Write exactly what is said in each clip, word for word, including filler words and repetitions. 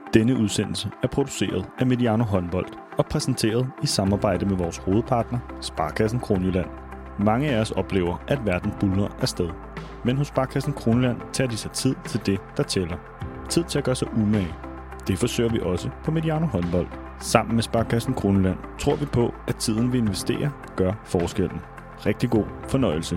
Denne udsendelse er produceret af Mediano Håndbold og præsenteret i samarbejde med vores hovedpartner, Sparekassen Kronjylland. Mange af os oplever, at verden buldrer afsted. Men hos Sparekassen Kronjylland tager de sig tid til det, der tæller. Tid til at gøre sig umage. Det forsøger vi også på Mediano Håndbold. Sammen med Sparekassen Kronjylland tror vi på, at tiden vi investerer gør forskellen. Rigtig god fornøjelse.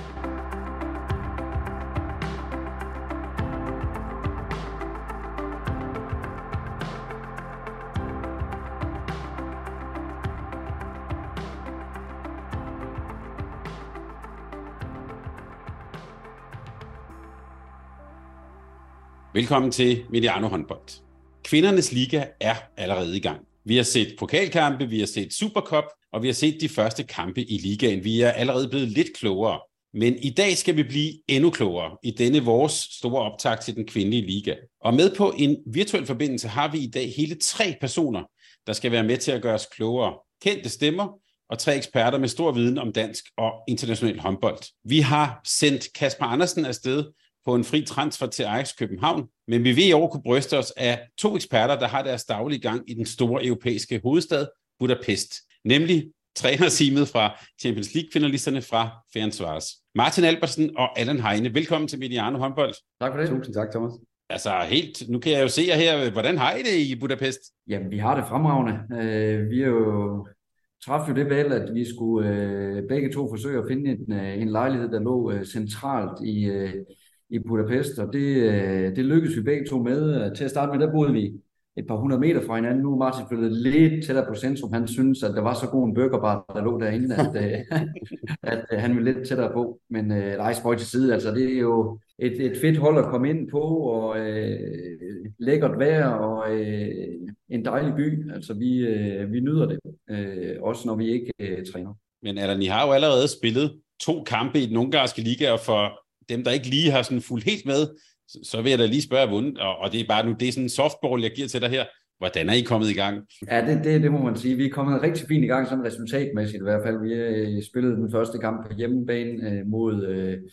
Velkommen til Mediano Håndbold. Kvindernes liga er allerede i gang. Vi har set pokalkampe, vi har set Supercup, og vi har set de første kampe i ligaen. Vi er allerede blevet lidt klogere. Men i dag skal vi blive endnu klogere i denne vores store optakt til den kvindelige liga. Og med på en virtuel forbindelse har vi i dag hele tre personer, der skal være med til at gøre os klogere. Kendte stemmer og tre eksperter med stor viden om dansk og international håndbold. Vi har sendt Kasper Andersen afsted på en fri transfer til Ajax København, men vi vil i år kunne bryste os af to eksperter, der har deres daglige gang i den store europæiske hovedstad, Budapest, nemlig trænerteamet fra Champions League-finalisterne fra Ferencváros. Martin Albertsen og Allan Heine, velkommen til Mediano Håndbold. Tak for det. Tusind tak, Thomas. Altså helt, nu kan jeg jo se jer her, hvordan har I det i Budapest? Jamen, vi har det fremragende. Uh, vi er jo traf jo det valg, at vi skulle uh, begge to forsøge at finde en, uh, en lejlighed, der lå uh, centralt i uh, i Budapest, og det, det lykkedes vi begge to med. Til at starte med, der boede vi et par hundrede meter fra hinanden. Nu er Martin flyttet lidt tættere på centrum. Han synes, at der var så god en burgerbar, der lå derinde, at, at, at han ville lidt tættere på. Men nej, spøj til side. Altså, det er jo et, et fedt hold at komme ind på, og øh, lækkert vejr, og øh, en dejlig by. Altså, vi, øh, vi nyder det, øh, også når vi ikke øh, træner. Men Allan, I har jo allerede spillet to kampe i den ungarske liga, og for dem, der ikke lige har sådan fulgt helt med, så vil jeg da lige spørge vundet, og, og det er bare nu, det er sådan en softball, jeg giver til dig her. Hvordan er I kommet i gang? Ja, det, det, det må man sige. Vi er kommet rigtig fint i gang, sådan resultatmæssigt i hvert fald. Vi har spillet den første kamp på hjemmebane øh, mod,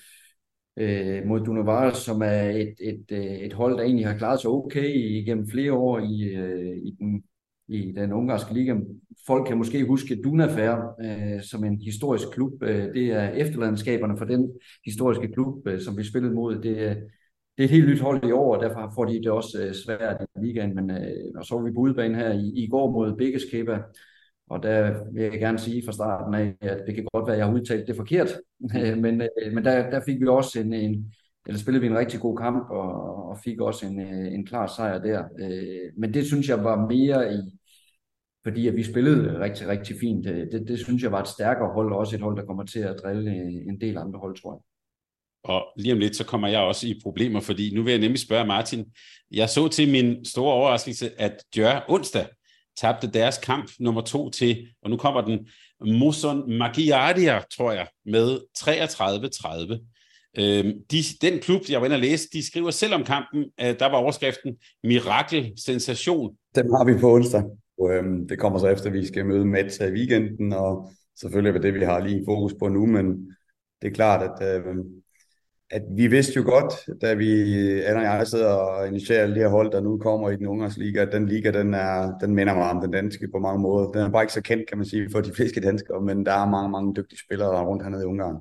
øh, mod Ferencváros, som er et, et, et hold, der egentlig har klaret sig okay igennem flere år i, øh, i, den, i den ungarske liga. Folk kan måske huske Dunafer øh, som en historisk klub. Det er efterladenskaberne for den historiske klub, øh, som vi spillede mod. Det, det er et helt nyt hold i år, og derfor får de det også øh, svært i ligaen. Men øh, og så var vi på udebane her i, i går mod Békéscsaba, og der vil jeg gerne sige fra starten af, at det kan godt være, at jeg har udtalt det forkert. men øh, men der, der fik vi også en, en eller spillede vi en rigtig god kamp, og, og fik også en, en klar sejr der. Øh, men det synes jeg var mere i fordi at vi spillede rigtig, rigtig fint. Det, det synes jeg var et stærkere hold, og også et hold, der kommer til at drille en del andre hold, tror jeg. Og lige om lidt, så kommer jeg også i problemer, fordi nu vil jeg nemlig spørge Martin. Jeg så til min store overraskelse, at Gjør onsdag tabte deres kamp nummer to til, og nu kommer den, Moson Magyaria, tror jeg, med treogtredive tredive. Øhm, de, den klub, jeg var inde og læse, de skriver selv om kampen, at der var overskriften Mirakel Sensation. Dem har vi på onsdag. Det kommer så efter, at vi skal møde Metz i weekenden, og selvfølgelig er det, vi har lige fokus på nu, men det er klart, at, at vi vidste jo godt, da vi, Anna og jeg sidder og initierer det her hold, der nu kommer i den ungarske liga, at den liga, den, er, den minder mig om den danske på mange måder. Den er bare ikke så kendt, kan man sige, for de fleste danskere, men der er mange, mange dygtige spillere rundt hernede i Ungarn.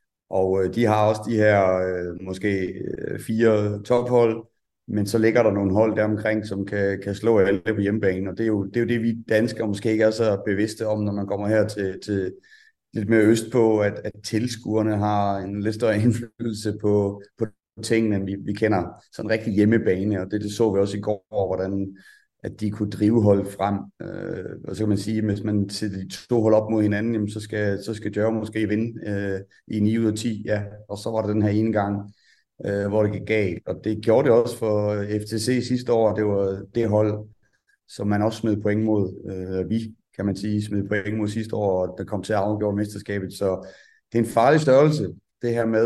Og de har også de her måske fire tophold, men så ligger der nogle hold der omkring, som kan, kan slå alle på hjemmebane, og det er, jo, det er jo det, vi danskere måske ikke er så bevidste om, når man kommer her til, til lidt mere øst på, at, at tilskuerne har en lidt større indflydelse på, på tingene, end vi, vi kender sådan en rigtig hjemmebane, og det, det så vi også i går, hvordan at de kunne drive hold frem. Øh, og så kan man sige, at hvis man sætter de to hold op mod hinanden, jamen, så skal, så skal Gjør måske vinde øh, i ni ud af ti, ja, og så var der den her ene gang, Øh, hvor det gik galt, og det gjorde det også for F C C sidste år. Det var det hold, som man også smed point mod, øh, vi kan man sige, smed point mod sidste år, og der kom til at afgjøre mesterskabet, så det er en farlig størrelse, det her med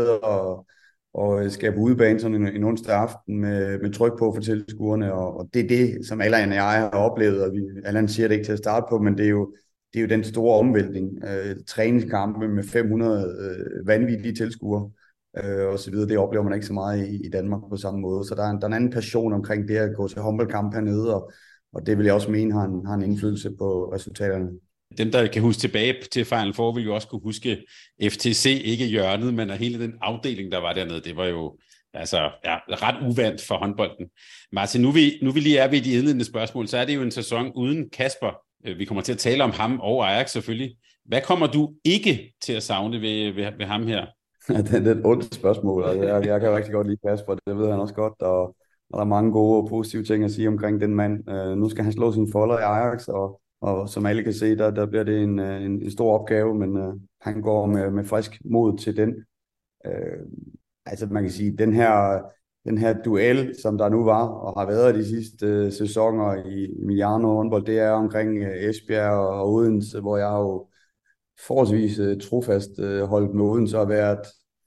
at, at skabe udebane sådan en, en onsdag aften med, med tryk på for tilskuerne, og, og det er det, som Allan og jeg har oplevet, og vi, Allan siger det ikke til at starte på, men det er jo, det er jo den store omvæltning, øh, træningskampe med fem hundrede øh, vanvittige tilskuere, øh, og så videre. Det oplever man ikke så meget i, i Danmark på samme måde. Så der er, en, der er en anden passion omkring det at gå til håndboldkamp hernede, og, og det vil jeg også mene har en, har en indflydelse på resultaterne. Dem, der kan huske tilbage til Final Four, vil jo også kunne huske F T C, ikke hjørnet, men hele den afdeling, der var dernede, det var jo altså, ja, ret uvandt for håndbolden. Martin, nu vi, nu vi lige er ved de indledende spørgsmål, så er det jo en sæson uden Kasper. Vi kommer til at tale om ham og Ajax selvfølgelig. Hvad kommer du ikke til at savne ved, ved, ved ham her? det, det er et ondt spørgsmål, og jeg, jeg kan rigtig godt lide Kasper, det ved han også godt, og, og der er mange gode og positive ting at sige omkring den mand. Uh, nu skal han slå sine folder i Ajax, og, og som alle kan se, der, der bliver det en, en, en stor opgave, men uh, han går med, med frisk mod til den. Uh, altså man kan sige, den her, den her duel, som der nu var, og har været de sidste uh, sæsoner i Mediano håndbold, det er omkring uh, Esbjerg og Odense, hvor jeg har jo forholdsvis uh, trofast uh, holdt med Odense og været,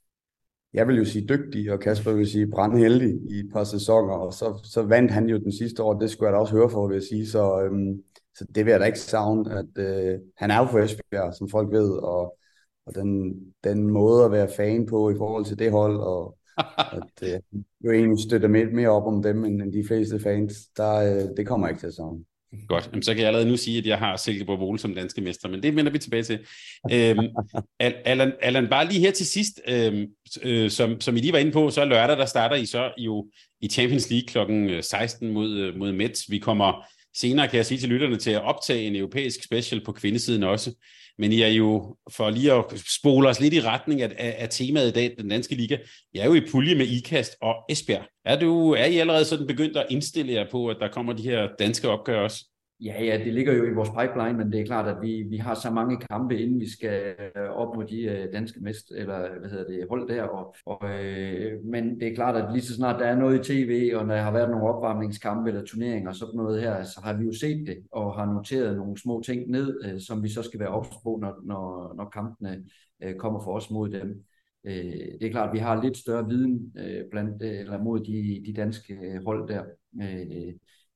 jeg vil jo sige dygtig, og Kasper vil sige brandheldig i et par sæsoner, og så, så vandt han jo den sidste år, det skulle jeg da også høre for, vil jeg sige, så, øhm, så det vil jeg da ikke savne, at øh, han er jo for Esbjerg, som folk ved, og, og den, den måde at være fan på i forhold til det hold, og at øh, jo egentlig støtter mere, mere op om dem, end de fleste fans, der, øh, det kommer ikke til at savne. Godt, jamen, så kan jeg allerede nu sige, at jeg har Silkeborg-Vole som danske mestre, men det vender vi tilbage til. Øhm, Allan, Allan, bare lige her til sidst, øhm, øh, som, som I lige var inde på, så lørdag, der starter I så jo i Champions League klokken seksten mod, mod Metz. Vi kommer senere, kan jeg sige til lytterne, til at optage en europæisk special på kvindesiden også, men I er jo, for lige at spole os lidt i retning af, af, af temaet i dag, den danske liga, I er jo i pulje med IKAST og Esbjerg. Er, du, er I allerede sådan begyndt at indstille jer på, at der kommer de her danske opgør også? Ja, ja, det ligger jo i vores pipeline, men det er klart, at vi, vi har så mange kampe, inden vi skal op mod de danske mest, eller hvad hedder det, hold der. Og, og, øh, men det er klart, at lige så snart der er noget i tv, og når der har været nogle opvarmningskampe eller turneringer og sådan noget her, så har vi jo set det, og har noteret nogle små ting ned, øh, som vi så skal være ops på, når, når, når kampene øh, kommer for os mod dem. Øh, det er klart, at vi har lidt større viden øh, blandt, eller mod de, de danske hold der, øh,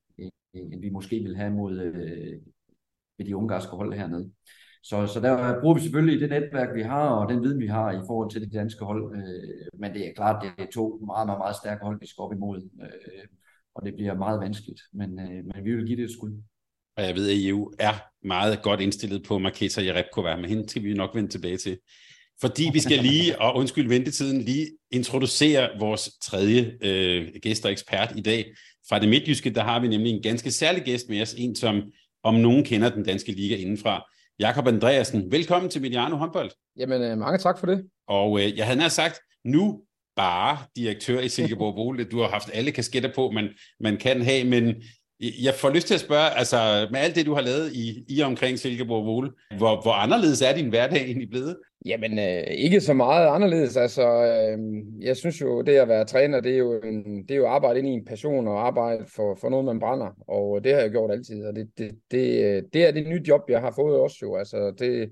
end vi måske vil have mod øh, ved de ungarske hold hernede. Så, så der bruger vi selvfølgelig det netværk, vi har, og den viden, vi har i forhold til det danske hold. Øh, men det er klart, det er to meget, meget, meget stærke hold, vi skal op imod. Øh, og det bliver meget vanskeligt, men, øh, men vi vil give det et skud. Og jeg ved, at E U er meget godt indstillet på Marketa Jerebkova, men hende skal vi nok vende tilbage til. Fordi vi skal lige, og undskyld ventetiden, lige introducere vores tredje øh, gæst og ekspert i dag. Fra det midtjyske, der har vi nemlig en ganske særlig gæst med os, en som om nogen kender den danske liga indenfra. Jakob Andreasen, velkommen til Mediano håndbold. Jamen, øh, mange tak for det. Og øh, jeg havde nær sagt, nu bare direktør i Silkeborg-Vole. Du har haft alle kasketter på, man, man kan have, men jeg får lyst til at spørge, altså med alt det, du har lavet i, i omkring Silkeborg-Vole, hvor, hvor anderledes er din hverdag egentlig blevet? Jamen, øh, ikke så meget anderledes. Altså, øh, jeg synes jo, det at være træner, det er jo, en, det er jo arbejde ind i en passion og arbejde for, for noget, man brænder. Og det har jeg gjort altid, og det, det, det, det er det nye job, jeg har fået også jo. Altså, det,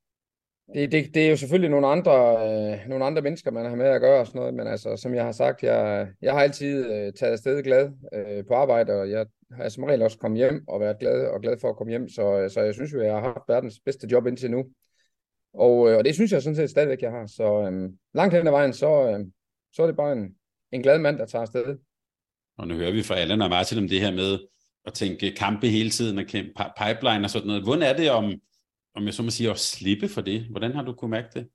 det, det, det er jo selvfølgelig nogle andre, øh, nogle andre mennesker, man har med at gøre og sådan noget, men altså, som jeg har sagt, jeg, jeg har altid øh, taget afsted glad øh, på arbejde, og jeg har som regel også kommet hjem og været glad og glad for at komme hjem, så, så jeg synes jo, jeg har haft verdens bedste job indtil nu. Og, øh, og det synes jeg sådan set stadigvæk, jeg har. Så øh, langt hen ad vejen, så, øh, så er det bare en, en glad mand, der tager afsted. Og nu hører vi fra Allan og Martin om det her med at tænke kampe hele tiden og kæmpe pipeline og sådan noget. Hvordan er det om, om jeg så må sige, at slippe for det? Hvordan har du kunnet mærke det?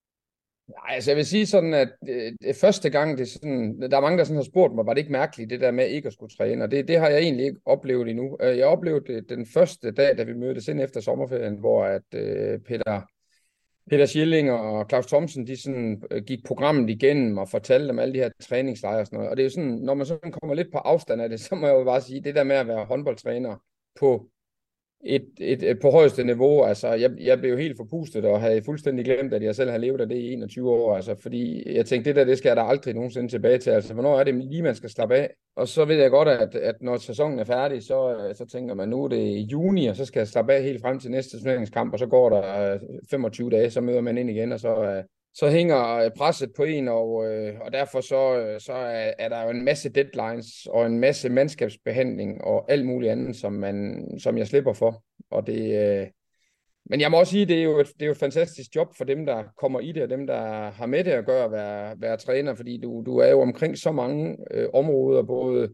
Nej, altså jeg vil sige sådan, at det, det første gang, det er sådan, der er mange, der sådan har spurgt mig, var det ikke mærkeligt, det der med ikke at skulle træne? Og det, det har jeg egentlig ikke oplevet endnu. Jeg oplevede det den første dag, da vi mødtes ind efter sommerferien, hvor at uh, Peter, Peter Schilling og Claus Thomsen, de sådan uh, gik programmet igennem og fortalte dem alle de her træningslejre og sådan noget. Og det er jo sådan, når man sådan kommer lidt på afstand af det, så må jeg jo bare sige, det der med at være håndboldtræner på Et, et, et på højeste niveau, altså jeg, jeg blev jo helt forpustet og havde fuldstændig glemt, at jeg selv har levet af det i enogtyve år, altså fordi jeg tænkte, det der, det skal jeg da aldrig nogensinde tilbage til, altså hvornår er det lige, man skal slappe af, og så ved jeg godt, at, at når sæsonen er færdig, så, så tænker man, nu er det i juni, og så skal jeg slappe af helt frem til næste turneringskamp, og så går der femogtyve dage, så møder man ind igen, og så, så hænger presset på en, og, og derfor så, så er der jo en masse deadlines, og en masse mandskabsbehandling, og alt muligt andet, som, man, som jeg slipper for. Og det, Men jeg må også sige, det er jo et, det er jo et fantastisk job for dem, der kommer i det, og dem, der har med det at gøre at være, være træner, fordi du, du er jo omkring så mange øh, områder, både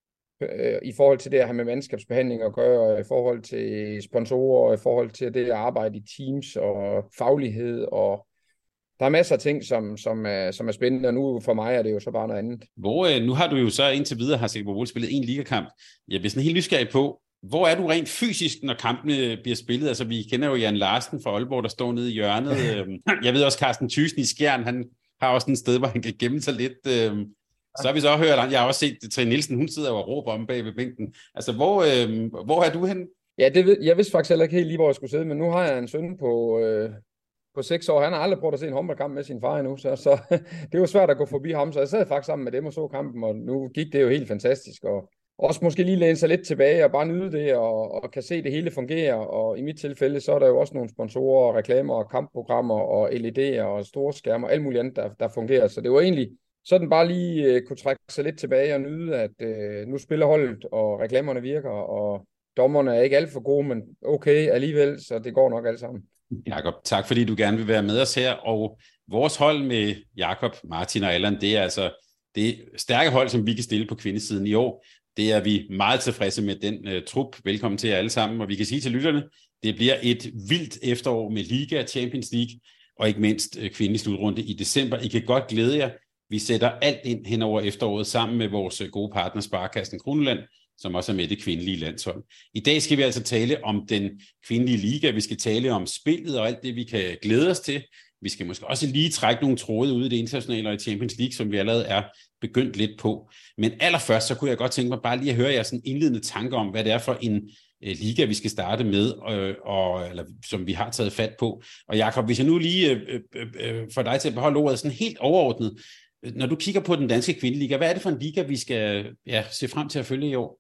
øh, i forhold til det at have med mandskabsbehandling at gøre, og i forhold til sponsorer, og i forhold til det at arbejde i teams og faglighed, og der er masser af ting, som, som, er, som er spændende, og nu for mig er det jo så bare noget andet. Hvor, øh, nu har du jo så indtil videre, har Silkeborg Bol spillet en ligakamp. Jeg bliver sådan helt nysgerrig på, hvor er du rent fysisk, når kampene bliver spillet? Altså, vi kender jo Jan Larsen fra Aalborg, der står nede i hjørnet. Jeg ved også, Carsten Thyssen i Skjern, han har også et sted, hvor han kan gemme sig lidt. Så har vi så hørt, jeg har også set Trine Nielsen, hun sidder og råber om bag ved bænken. Altså, hvor, øh, hvor er du henne? Ja, det ved, jeg vidste faktisk heller ikke helt lige, hvor jeg skulle sidde, men nu har jeg en søn på, øh, på seks år. Han har aldrig prøvet at se en håndboldkamp med sin far endnu, så, så det var svært at gå forbi ham. Så jeg sad faktisk sammen med dem og så kampen, og nu gik det jo helt fantastisk. Og også måske lige læne sig lidt tilbage og bare nyde det, og, og kan se det hele fungere. Og i mit tilfælde, så er der jo også nogle sponsorer, reklamer og kampprogrammer og L E D'er og store skærme og alt muligt andet, der, der fungerer. Så det var egentlig sådan bare lige øh, kunne trække sig lidt tilbage og nyde, at øh, nu spiller holdet, og reklamerne virker, og dommerne er ikke alt for gode, men okay alligevel, så det går nok alt sammen. Jakob, tak fordi du gerne vil være med os her, og vores hold med Jakob, Martin og Allan, det er altså det stærke hold, som vi kan stille på kvindesiden i år. Det er vi meget tilfredse med den uh, trup. Velkommen til jer alle sammen, og vi kan sige til lytterne, det bliver et vildt efterår med Liga, Champions League, og ikke mindst uh, kvindelig slutrunde i december. I kan godt glæde jer. Vi sætter alt ind hen over efteråret sammen med vores gode partner Sparkassen Kronjylland, som også er med det kvindelige landshold. I dag skal vi altså tale om den kvindelige liga. Vi skal tale om spillet og alt det, vi kan glæde os til. Vi skal måske også lige trække nogle tråde ud i det internationale og i Champions League, som vi allerede er begyndt lidt på. Men allerførst, så kunne jeg godt tænke mig bare lige at høre jeres indledende tanker om, hvad det er for en uh, liga, vi skal starte med, øh, og, eller, som vi har taget fat på. Og Jakob, hvis jeg nu lige øh, øh, får dig til at beholde ordet sådan helt overordnet, når du kigger på den danske kvindeliga, hvad er det for en liga, vi skal ja, se frem til at følge i år?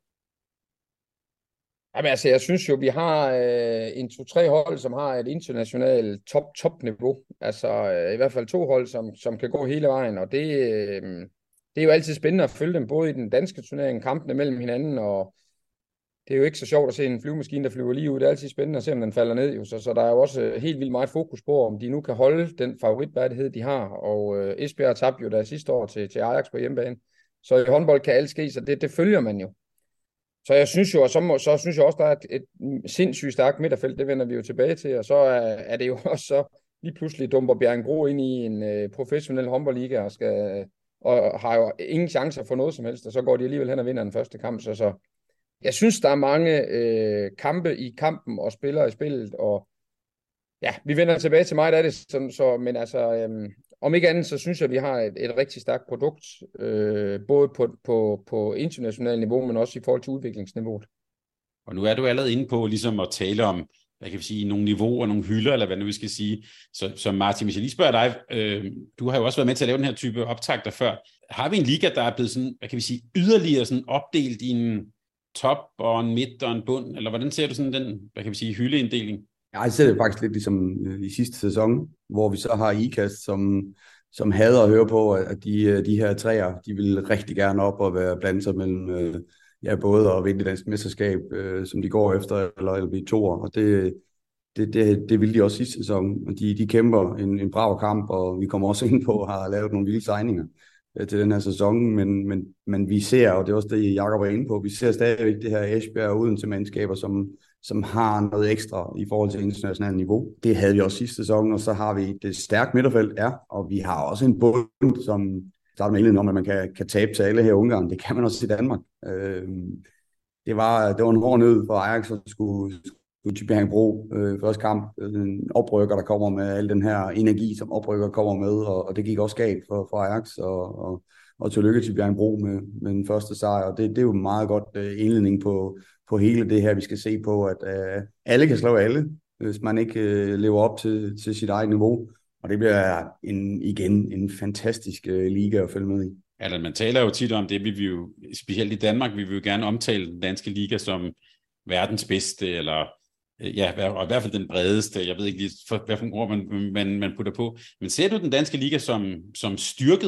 Jamen altså, jeg synes jo, vi har øh, en to-tre hold, som har et internationalt top-top-niveau. Altså øh, i hvert fald to hold, som, som kan gå hele vejen, og det, øh, det er jo altid spændende at følge dem, både i den danske turnering, kampene mellem hinanden, og det er jo ikke så sjovt at se en flyvemaskine, der flyver lige ud. Det er altid spændende at se, om den falder ned. Jo. Så, så der er jo også helt vildt meget fokus på, om de nu kan holde den favoritværdighed, de har. Og øh, Esbjerg tabte jo der sidste år til, til Ajax på hjemmebane. Så i håndbold kan alt ske, så det, det følger man jo. Så jeg synes jo, og så, må, så synes jeg også, der er et, et sindssygt stærkt midterfelt, det vender vi jo tilbage til, og så er, er det jo også så lige pludselig dumper Bjerringbro ind i en øh, professionel håndboldliga, og, skal, og har jo ingen chancer for noget som helst, og så går de alligevel hen og vinder den første kamp, så, så jeg synes, der er mange øh, kampe i kampen, og spillere i spillet, og ja, vi vender tilbage til mig, der er det sådan, så, men altså, øh, om ikke andet, så synes jeg, at vi har et, et rigtig stærkt produkt, øh, både på, på, på internationalt niveau, men også i forhold til udviklingsniveauet. Og nu er du allerede inde på ligesom at tale om, hvad kan vi sige, nogle niveauer, nogle hylder, eller hvad nu vi skal sige. Så, så Martin, hvis jeg lige spørger dig, øh, du har jo også været med til at lave den her type optagter før. Har vi en liga, der er blevet sådan, hvad kan vi sige, yderligere sådan opdelt i en top og en midt og en bund, eller hvordan ser du sådan den, hvad kan vi sige, hyldeinddeling? Ja, jeg ser det faktisk lidt ligesom i sidste sæson, hvor vi så har IKAST, som, som hader at høre på, at de, de her træer, de vil rigtig gerne op og være blandt sig mellem ja, både at vinde det danske mesterskab, som de går efter, eller, eller blive toer, og det, det, det, det vil de også sidste sæson. De, de kæmper en, en brav kamp, og vi kommer også ind på at have lavet nogle vilde signinger til den her sæson, men, men, men vi ser, og det er også det, Jakob var inde på, vi ser stadigvæk det her Esbjerg og Odense mandskaber, som, som har noget ekstra i forhold til internationalt niveau. Det havde vi også sidste sæson, og så har vi det stærkt midterfelt, ja, og vi har også en bund, som starter med indledning om, at man kan, kan tabe til alle her i Ungarn. Det kan man også i Danmark. Øh, det, var, det var en hård nød for Ajax at skulle, skulle til Bjerringbro øh, første kamp. En oprykker, der kommer med al den her energi, som oprykker kommer med, og, og det gik også galt for, for Ajax, og, og, og tillykke til Bjerringbro med, med den første sejr. Og det, det er jo meget godt øh, indledning på, på hele det her, vi skal se på, at øh, alle kan slå alle, hvis man ikke øh, lever op til, til sit eget niveau. Og det bliver en, igen en fantastisk øh, liga at følge med i. Altså, man taler jo tit om det, vi vil jo, specielt i Danmark, vi vil jo gerne omtale den danske liga som verdens bedste, eller ja, og i hvert fald den bredeste. Jeg ved ikke lige, for, hvad for ord man, man, man putter på. Men ser du den danske liga som, som styrket?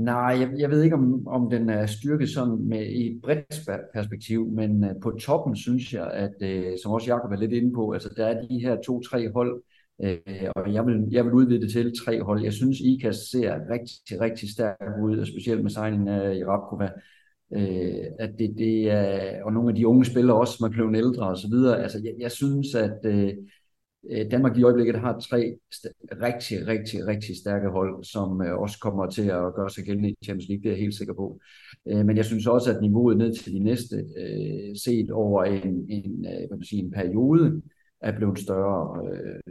Nej, jeg, jeg ved ikke, om, om den er styrket sådan med, i et bredt perspektiv, men uh, på toppen synes jeg, at uh, som også Jakob er lidt inde på, altså der er de her to-tre hold, uh, og jeg vil, jeg vil udvide det til tre hold. Jeg synes, I K A S ser rigtig, rigtig stærkt ud, og specielt med signingen af Jarabkova, uh, at det, det er, og nogle af de unge spillere også, som er blevet ældre og så videre. Altså jeg, jeg synes, at uh, Danmark i øjeblikket har tre rigtig, rigtig, rigtig stærke hold, som også kommer til at gøre sig gældende i Champions League, det er jeg helt sikker på. Men jeg synes også, at niveauet ned til de næste, set over en, en, hvad man siger, en periode, er blevet større.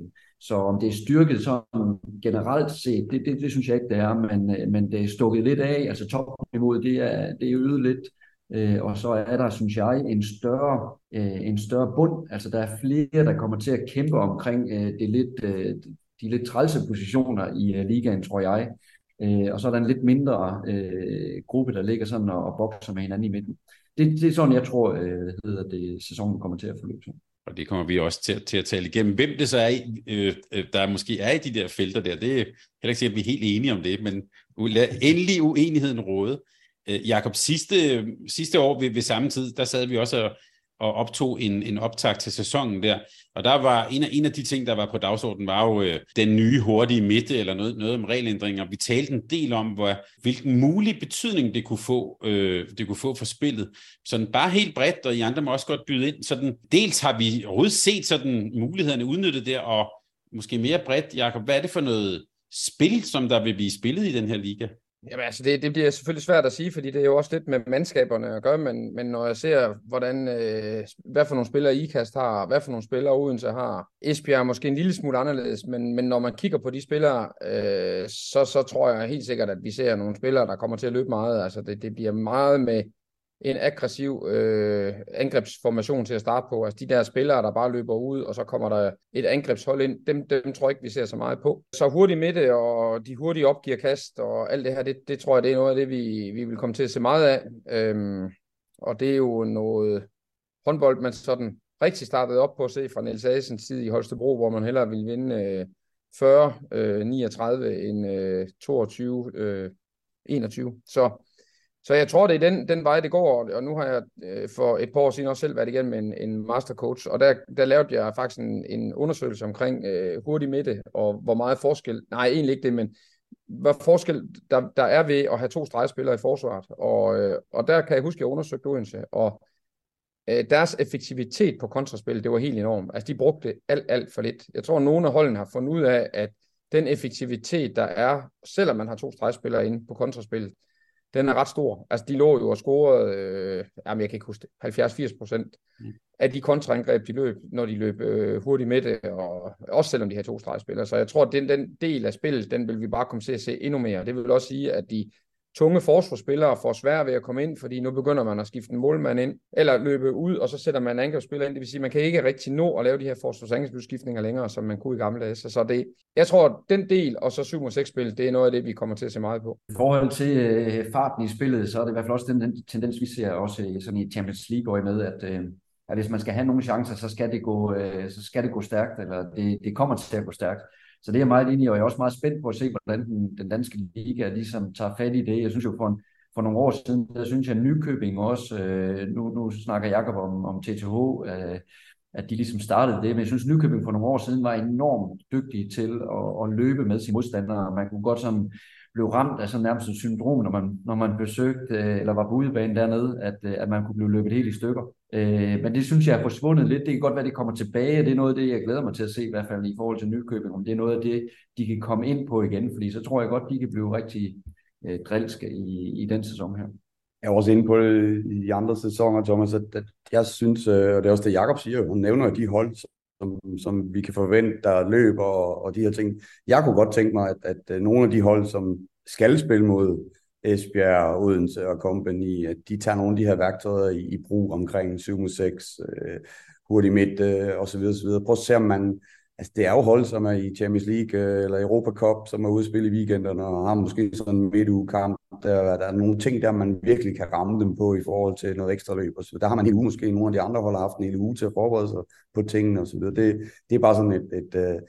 Så om det er styrket sådan generelt set, det, det, det synes jeg ikke, det er, men, men det er stukket lidt af, altså topniveauet, det er, det er øget lidt. Øh, og så er der, synes jeg, en større, øh, en større bund. Altså der er flere, der kommer til at kæmpe omkring øh, det lidt, øh, de lidt trælse positioner i øh, ligaen, tror jeg. Øh, og så er der en lidt mindre øh, gruppe, der ligger sådan og, og bokser med hinanden i midten. Det, det er sådan, jeg tror, øh, hedder det, sæsonen kommer til at forløbe sig. Og det kommer vi også til, til at tale igennem. Hvem det så er, øh, der måske er i de der felter der, det er heller ikke sikkert, at vi er helt enige om det, men lad endelig uenigheden råde. Jakob, sidste, sidste år ved, ved samme tid, der sad vi også og, og optog en, en optakt til sæsonen der, og der var en af, en af de ting, der var på dagsordenen, var jo øh, den nye hurtige midte, eller noget, noget om regelændringer. Vi talte en del om, hvor, hvilken mulig betydning det kunne, få, øh, det kunne få for spillet. Sådan bare helt bredt, og I andre må også godt byde ind. Sådan, dels har vi overhovedet set sådan, mulighederne udnyttet der, og måske mere bredt. Jakob, hvad er det for noget spil, som der vil blive spillet i den her liga? Jamen altså, det, det bliver selvfølgelig svært at sige, fordi det er jo også lidt med mandskaberne at gøre, men, men når jeg ser, hvordan, øh, hvad for nogle spillere I K A S har, hvad for nogle spillere Odense har, Esbjerg er måske en lille smule anderledes, men, men når man kigger på de spillere, øh, så, så tror jeg helt sikkert, at vi ser nogle spillere, der kommer til at løbe meget. Altså det, det bliver meget med en aggressiv øh, angrebsformation til at starte på. Altså de der spillere, der bare løber ud, og så kommer der et angrebshold ind, dem, dem tror jeg ikke, vi ser så meget på. Så hurtig midte, og de hurtige opgiver kast, og alt det her, det, det tror jeg, det er noget af det, vi, vi vil komme til at se meget af. Øhm, og det er jo noget håndbold, man sådan rigtig startede op på at se fra Niels Adelsens tid i Holstebro, hvor man hellere ville vinde øh, fyrre niogtredive end øh, toogtyve enogtyve. Så Så jeg tror, det er den, den vej, det går, og nu har jeg øh, for et par år siden også selv været igennem en, en mastercoach, og der, der lavede jeg faktisk en, en undersøgelse omkring øh, hurtig midte, og hvor meget forskel, nej egentlig ikke det, men hvad forskel der, der er ved at have to stregspillere i forsvaret, og, øh, og der kan jeg huske, at jeg undersøgte Odense, og øh, deres effektivitet på kontraspil, det var helt enormt. Altså de brugte alt, alt for lidt. Jeg tror, at nogle af holdene har fundet ud af, at den effektivitet, der er, selvom man har to stregspillere inde på kontraspillet, den er ret stor. Altså, de lå jo og scorede, øh, jamen jeg kan ikke huske det, halvfjerds til firs procent mm. af de kontraangreb, de løb, når de løb øh, hurtigt med det, og også selvom de har to stregspillere. Så jeg tror, at den, den del af spillet, den vil vi bare komme til at se endnu mere. Det vil også sige, at de tunge forsvarsspillere får svært ved at komme ind, fordi nu begynder man at skifte en målmand ind, eller løbe ud, og så sætter man en angrebsspiller ind. Det vil sige, at man kan ikke rigtig nå at lave de her forsvarsangrebsskiftninger længere, som man kunne i gamle dage. Så, så det, jeg tror, at den del, og så syv mod seks spil, det er noget af det, vi kommer til at se meget på. I forhold til øh, farten i spillet, så er det i hvert fald også den, den tendens, vi ser også øh, sådan i Champions League øje med, at, øh, at hvis man skal have nogle chancer, så skal det gå, øh, så skal det gå stærkt, eller det, det kommer til at gå stærkt. Så det er jeg meget enig i, og jeg er også meget spændt på at se, hvordan den, den danske liga ligesom tager fat i det. Jeg synes jo, for, en, for nogle år siden, der synes jeg, at Nykøbing også, øh, nu, nu snakker Jakob om, om T T H, øh, at de ligesom startede det, men jeg synes, Nykøbing for nogle år siden var enormt dygtige til at, at løbe med sine modstandere. Man kunne godt sådan blive ramt af sådan nærmest et syndrom, når man, når man besøgte eller var på udebane dernede, at, at man kunne blive løbet helt i stykker. Men det synes jeg er forsvundet lidt. Det kan godt være, det kommer tilbage. Det er noget af det, jeg glæder mig til at se, i hvert fald i forhold til Nykøbing, om det er noget af det, de kan komme ind på igen, fordi så tror jeg godt, de kan blive rigtig øh, drilske i, i den sæson her. Jeg er også inde på det i andre sæsoner, Thomas, at, at jeg synes, og det er også det, Jakob siger, hun nævner de hold, som, som vi kan forvente, der løber og, og de her ting. Jeg kunne godt tænke mig, at, at nogle af de hold, som skal spille mod Esbjerg, Odense og company, at de tager nogle af de her værktøjer i, i brug omkring syv mod seks, øh, hurtig midt øh, og så videre, så videre. Prøv at se, om man, altså det er jo hold, som er i Champions League øh, eller Europa Cup, som er ude at spille i weekenderne og har måske sådan en midtugekamp. Der, der er nogle ting, der man virkelig kan ramme dem på i forhold til noget ekstra løb og så videre. Der har man en uge, måske nogle af de andre hold har haft en hel uge til at forberede sig på tingene og så videre. Det, det er bare sådan et, et, et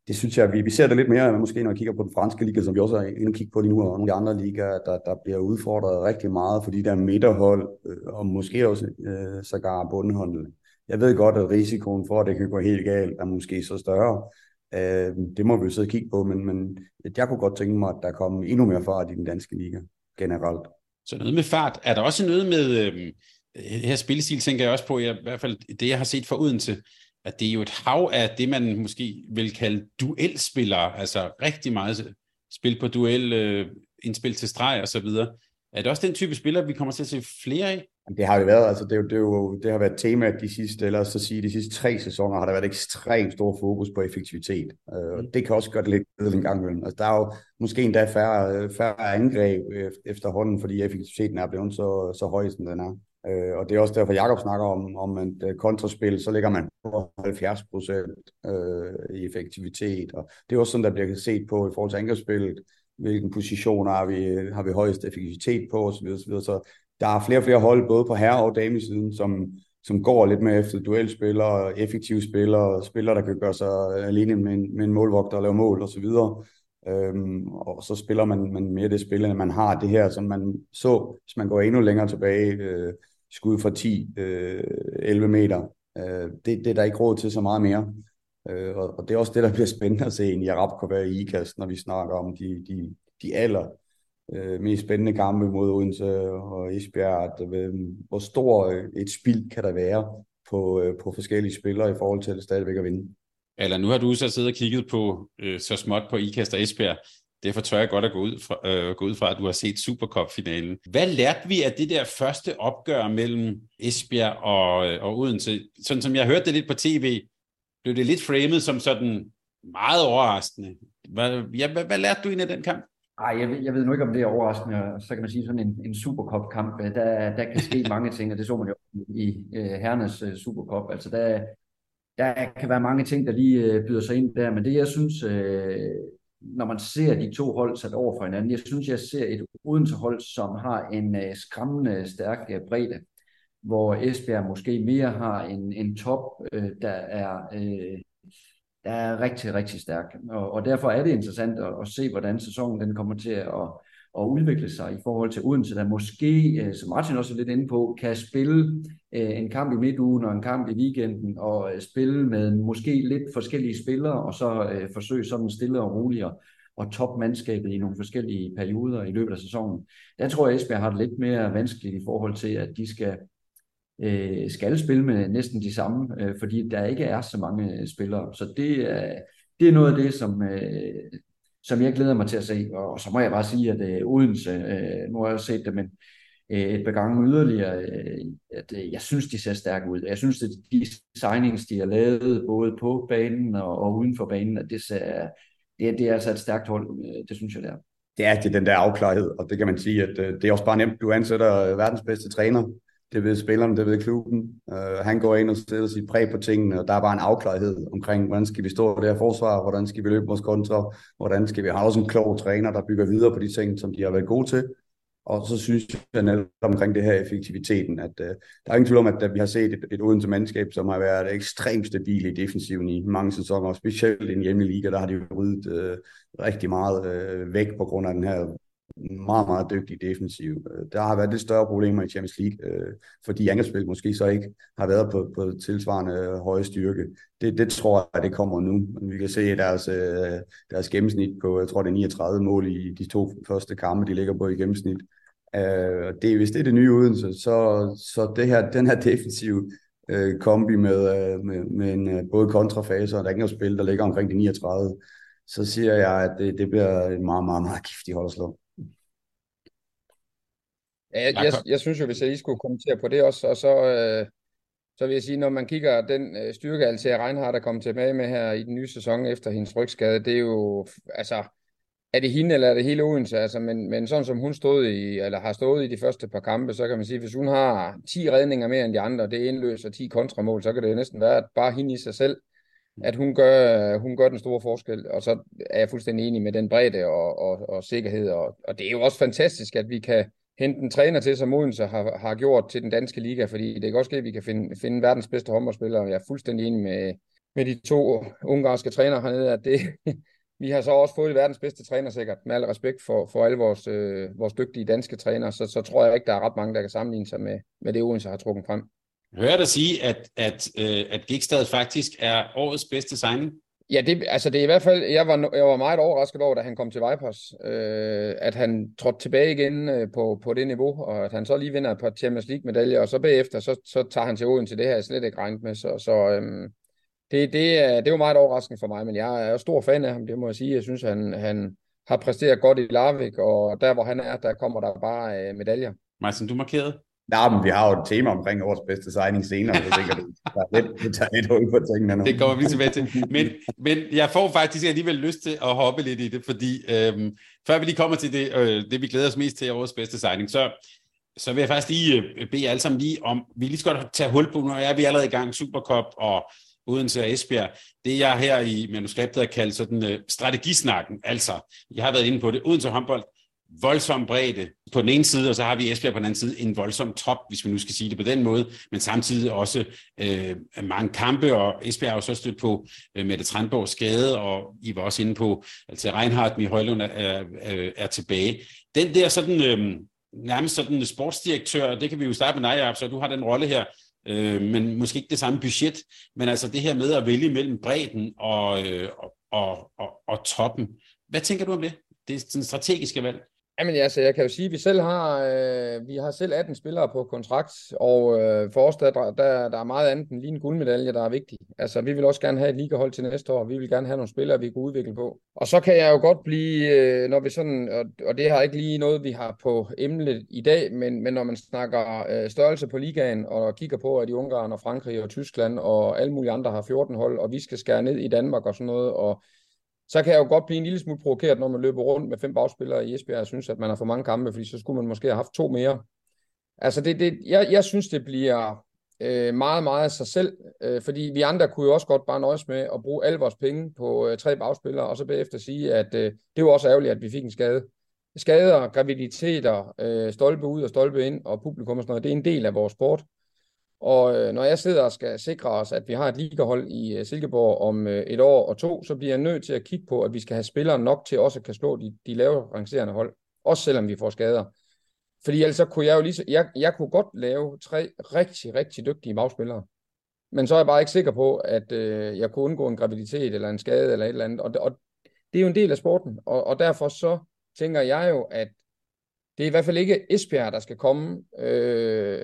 det synes jeg, vi, vi ser det lidt mere, måske når vi kigger på den franske liga, som vi også er inde og kigge på lige nu, og nogle af de andre ligaer, der, der bliver udfordret rigtig meget, fordi der er midterhold, øh, og måske også øh, sågar bundhold. Jeg ved godt, at risikoen for, at det kan gå helt galt, er måske så større. Øh, det må vi jo sidde og kigge på, men, men jeg kunne godt tænke mig, at der kommer endnu mere fart i den danske liga generelt. Så noget med fart. Er der også noget med, øh, her spillestil tænker jeg også på, jeg, i hvert fald det jeg har set fra Odense, at det er jo et hav af det, man måske vil kalde duelspillere, altså rigtig meget spil på duel, øh, indspil til streg og så videre. Er det også den type spillere, vi kommer til at se flere af? Det har jo været, altså det, er jo, det, er jo, det har været tema de sidste, eller så sige de sidste tre sæsoner, har der været ekstremt stor fokus på effektivitet. Uh, det kan også gøre det lidt bedre en gang imellem. Altså, der er jo måske endda færre, færre angreb efterhånden, fordi effektiviteten er blevet så, så høj, som den er. Uh, og det er også derfor, Jakob snakker om, om et uh, kontraspil, så ligger man på halvfjerds procent uh, i effektivitet. Og det er også sådan, der bliver set på i forhold til angrebsspillet, hvilken position har vi, har vi højest effektivitet på osv. osv. Så der er flere og flere hold, både på herre- og damesiden, som, som går lidt med efter duelspillere, effektive spillere, spillere, der kan gøre sig alene med en, med en målvogter og lave mål osv. Øhm, og så spiller man, man mere det spil, end man har det her, som man så, hvis man går endnu længere tilbage, øh, skud fra ti til elleve meter. Øh, det, det er der ikke råd til så meget mere. Øh, og, og det er også det, der bliver spændende at se i Arabkova og i IKAST, når vi snakker om de, de, de aller øh, mest spændende kampe mod Odense og Esbjerg. At, øh, hvor stor et spil kan der være på, øh, på forskellige spillere i forhold til at stadigvæk at vinde. Eller nu har du så siddet og kigget på øh, så småt på IKAST og Esbjerg. Derfor tør jeg godt at gå ud fra, øh, gå ud fra, at du har set Supercup-finalen. Hvad lærte vi af det der første opgør mellem Esbjerg og, øh, og Odense? Sådan som jeg hørte det lidt på tv, blev det lidt framet som sådan meget overraskende. Hvad, ja, hvad, hvad lærte du egentlig af den kamp? Ej, jeg, ved, jeg ved nu ikke, om det er overraskende. Så kan man sige sådan en, en Supercup-kamp, der, der kan ske mange ting, og det så man jo i uh, herrenes uh, Supercup. Altså, der, der kan være mange ting, der lige uh, byder sig ind der, men det, jeg synes, uh, når man ser de to hold sat over for hinanden, jeg synes, jeg ser et Odense-hold, som har en uh, skræmmende stærk uh, bredde, hvor Esbjerg måske mere har en, en top, uh, der er... Uh, der er rigtig, rigtig stærk. Og, og derfor er det interessant at, at se, hvordan sæsonen den kommer til at, at udvikle sig i forhold til Odense, der måske, som Martin også er lidt inde på, kan spille en kamp i midtugen og en kamp i weekenden, og spille med måske lidt forskellige spillere, og så uh, forsøge sådan stille og roligt og topmandskabet i nogle forskellige perioder i løbet af sæsonen. Der tror jeg, at Esbjerg har det lidt mere vanskeligt i forhold til, at de skal Øh, skal spille med næsten de samme, øh, fordi der ikke er så mange spillere. Så det er, det er noget af det, som, øh, som jeg glæder mig til at se. Og så må jeg bare sige, at øh, Odense, øh, nu har jeg set det, men øh, et par gange yderligere, øh, at øh, jeg synes, de ser stærke ud. Jeg synes, at de signings, de har lavet, både på banen og, og uden for banen, at det, ser, det, er, det er altså et stærkt hold. Det synes jeg, det er. Det er, det er den der afklarhed, og det kan man sige, at øh, det er også bare nemt. Du ansætter verdens bedste træner. Det ved spillerne, det ved klubben. Uh, han går ind og sætter sit præg på tingene, og der er bare en afklarhed omkring, hvordan skal vi stå i det her forsvar, hvordan skal vi løbe vores kontra, hvordan skal vi have også en klog træner, der bygger videre på de ting, som de har været gode til. Og så synes jeg netop omkring det her effektiviteten, at uh, der er ingen tvivl om, at, at vi har set et, et Odense mandskab, som har været ekstremt stabil i defensiven i mange sæsoner, og specielt i den hjemlige liga, der har de ryddet uh, rigtig meget uh, væk på grund af den her meget, meget dygtig defensiv. Der har været lidt større problemer i Champions League, øh, fordi angrebsspil måske så ikke har været på, på tilsvarende høje styrke. Det, det tror jeg, det kommer nu. Vi kan se deres, øh, deres gennemsnit på, jeg tror det er niogtredive mål i de to første kampe, de ligger på i gennemsnit. Øh, det, hvis det er det nye Odense, så, så det her, den her defensiv øh, kombi med, øh, med, med en, både kontrafase og et angrebsspil, der ligger omkring de niogtredive, så siger jeg, at det, det bliver en meget, meget, meget giftig hold at slå. Ja, jeg, jeg, jeg synes jo, hvis jeg lige skulle kommentere på det også, og så, øh, så vil jeg sige, når man kigger den øh, styrke, Althea Reinhardt er kommet tilbage med her i den nye sæson efter hendes rygskade, det er jo, altså, er det hende, eller er det hele Odense? Altså, men, men sådan som hun stod i, eller har stået i de første par kampe, så kan man sige, hvis hun har ti redninger mere end de andre, det indløser ti kontramål, så kan det jo næsten være, at bare hende i sig selv, at hun gør, hun gør den store forskel, og så er jeg fuldstændig enig med den bredde og, og, og sikkerhed, og, og det er jo også fantastisk, at vi kan hente en træner til, som Odense har, har gjort til den danske liga, fordi det kan også ske, at vi kan finde, finde verdens bedste håndboldspillere, og jeg er fuldstændig enig med, med de to ungarske trænere hernede, at det, vi har så også fået verdens bedste træner sikkert, med al respekt for, for alle vores, øh, vores dygtige danske trænere, så, så tror jeg ikke, der er ret mange, der kan sammenligne sig med, med det, Odense har trukket frem. Jeg hører dig sige, at, at, øh, at Gigstad faktisk er årets bedste signing. Ja, det, altså det er i hvert fald, jeg var, jeg var meget overrasket over, da han kom til Vipers, øh, at han trådte tilbage igen øh, på, på det niveau, og at han så lige vinder et par Champions League-medaljer, og så bagefter, så, så tager han til Odense, det har jeg slet ikke regnet med, så, så øh, det, det, er, det er jo meget overraskende for mig, men jeg er jo stor fan af ham, det må jeg sige. Jeg synes, han, han har præsteret godt i Larvik, og der hvor han er, der kommer der bare øh, medaljer. Martin, du markerede? Nej, men vi har jo et tema omkring årets bedste signing senere, så tænker det, det, lidt, det tager lidt hul på tingene nu. Det kommer vi tilbage til. Men, men jeg får faktisk alligevel lyst til at hoppe lidt i det, fordi øhm, før vi lige kommer til det, øh, det vi glæder os mest til årets bedste signing, så, så vil jeg faktisk lige øh, bede alle sammen lige om, vi lige skal godt tage hul på, nu er vi allerede i gang, Supercup og Odense og Esbjerg. Det jeg her i manuskriptet har kaldt sådan øh, strategisnakken, altså, jeg har været inde på det, Odense håndbold, voldsom bredde på den ene side, og så har vi Esbjerg på den anden side en voldsom top, hvis vi nu skal sige det på den måde, men samtidig også øh, mange kampe, og Esbjerg har jo så stødt på øh, Mette Tranborgs skade, og I var også inde på, altså Reinhardt Mihøjlund er, er, er tilbage. Den der sådan, øh, nærmest sådan sportsdirektør, det kan vi jo starte med dig, Jacob, så du har den rolle her, øh, men måske ikke det samme budget, men altså det her med at vælge mellem bredden og, øh, og, og, og, og toppen. Hvad tænker du om det? Det er sådan strategiske valg. Jamen altså, jeg kan jo sige, at vi selv har, øh, vi har selv atten spillere på kontrakt, og øh, for os, der, der, der er meget andet end lige en guldmedalje, der er vigtig. Altså, vi vil også gerne have et ligahold til næste år, vi vil gerne have nogle spillere, vi kan udvikle på. Og så kan jeg jo godt blive, øh, når vi sådan, og, og det har ikke lige noget, vi har på emnet i dag, men, men når man snakker øh, størrelse på ligaen, og kigger på, at i Ungarn og Frankrig og Tyskland og alle mulige andre har fjorten hold, og vi skal skære ned i Danmark og sådan noget, og så kan jeg jo godt blive en lille smule provokeret, når man løber rundt med fem bagspillere i Esbjerg og synes, at man har for mange kampe, fordi så skulle man måske have haft to mere. Altså, det, det, jeg, jeg synes, det bliver øh, meget, meget sig selv, øh, fordi vi andre kunne jo også godt bare nøjes med at bruge alle vores penge på øh, tre bagspillere, og så bagefter sige, at øh, det var også ærgerligt, at vi fik en skade. Skader, graviditeter, øh, stolpe ud og stolpe ind, og publikum og sådan noget, det er en del af vores sport. Og øh, når jeg sidder og skal sikre os, at vi har et ligahold i øh, Silkeborg om øh, et år og to, så bliver jeg nødt til at kigge på, at vi skal have spillere nok til også at kan slå de, de lave rangerende hold. Også selvom vi får skader. Fordi ellers så kunne jeg jo lige så, jeg, jeg kunne godt lave tre rigtig, rigtig dygtige bagspillere. Men så er jeg bare ikke sikker på, at øh, jeg kunne undgå en graviditet eller en skade eller et eller andet. Og, og det er jo en del af sporten. Og, og derfor så tænker jeg jo, at det er i hvert fald ikke Esbjerg, der skal komme øh,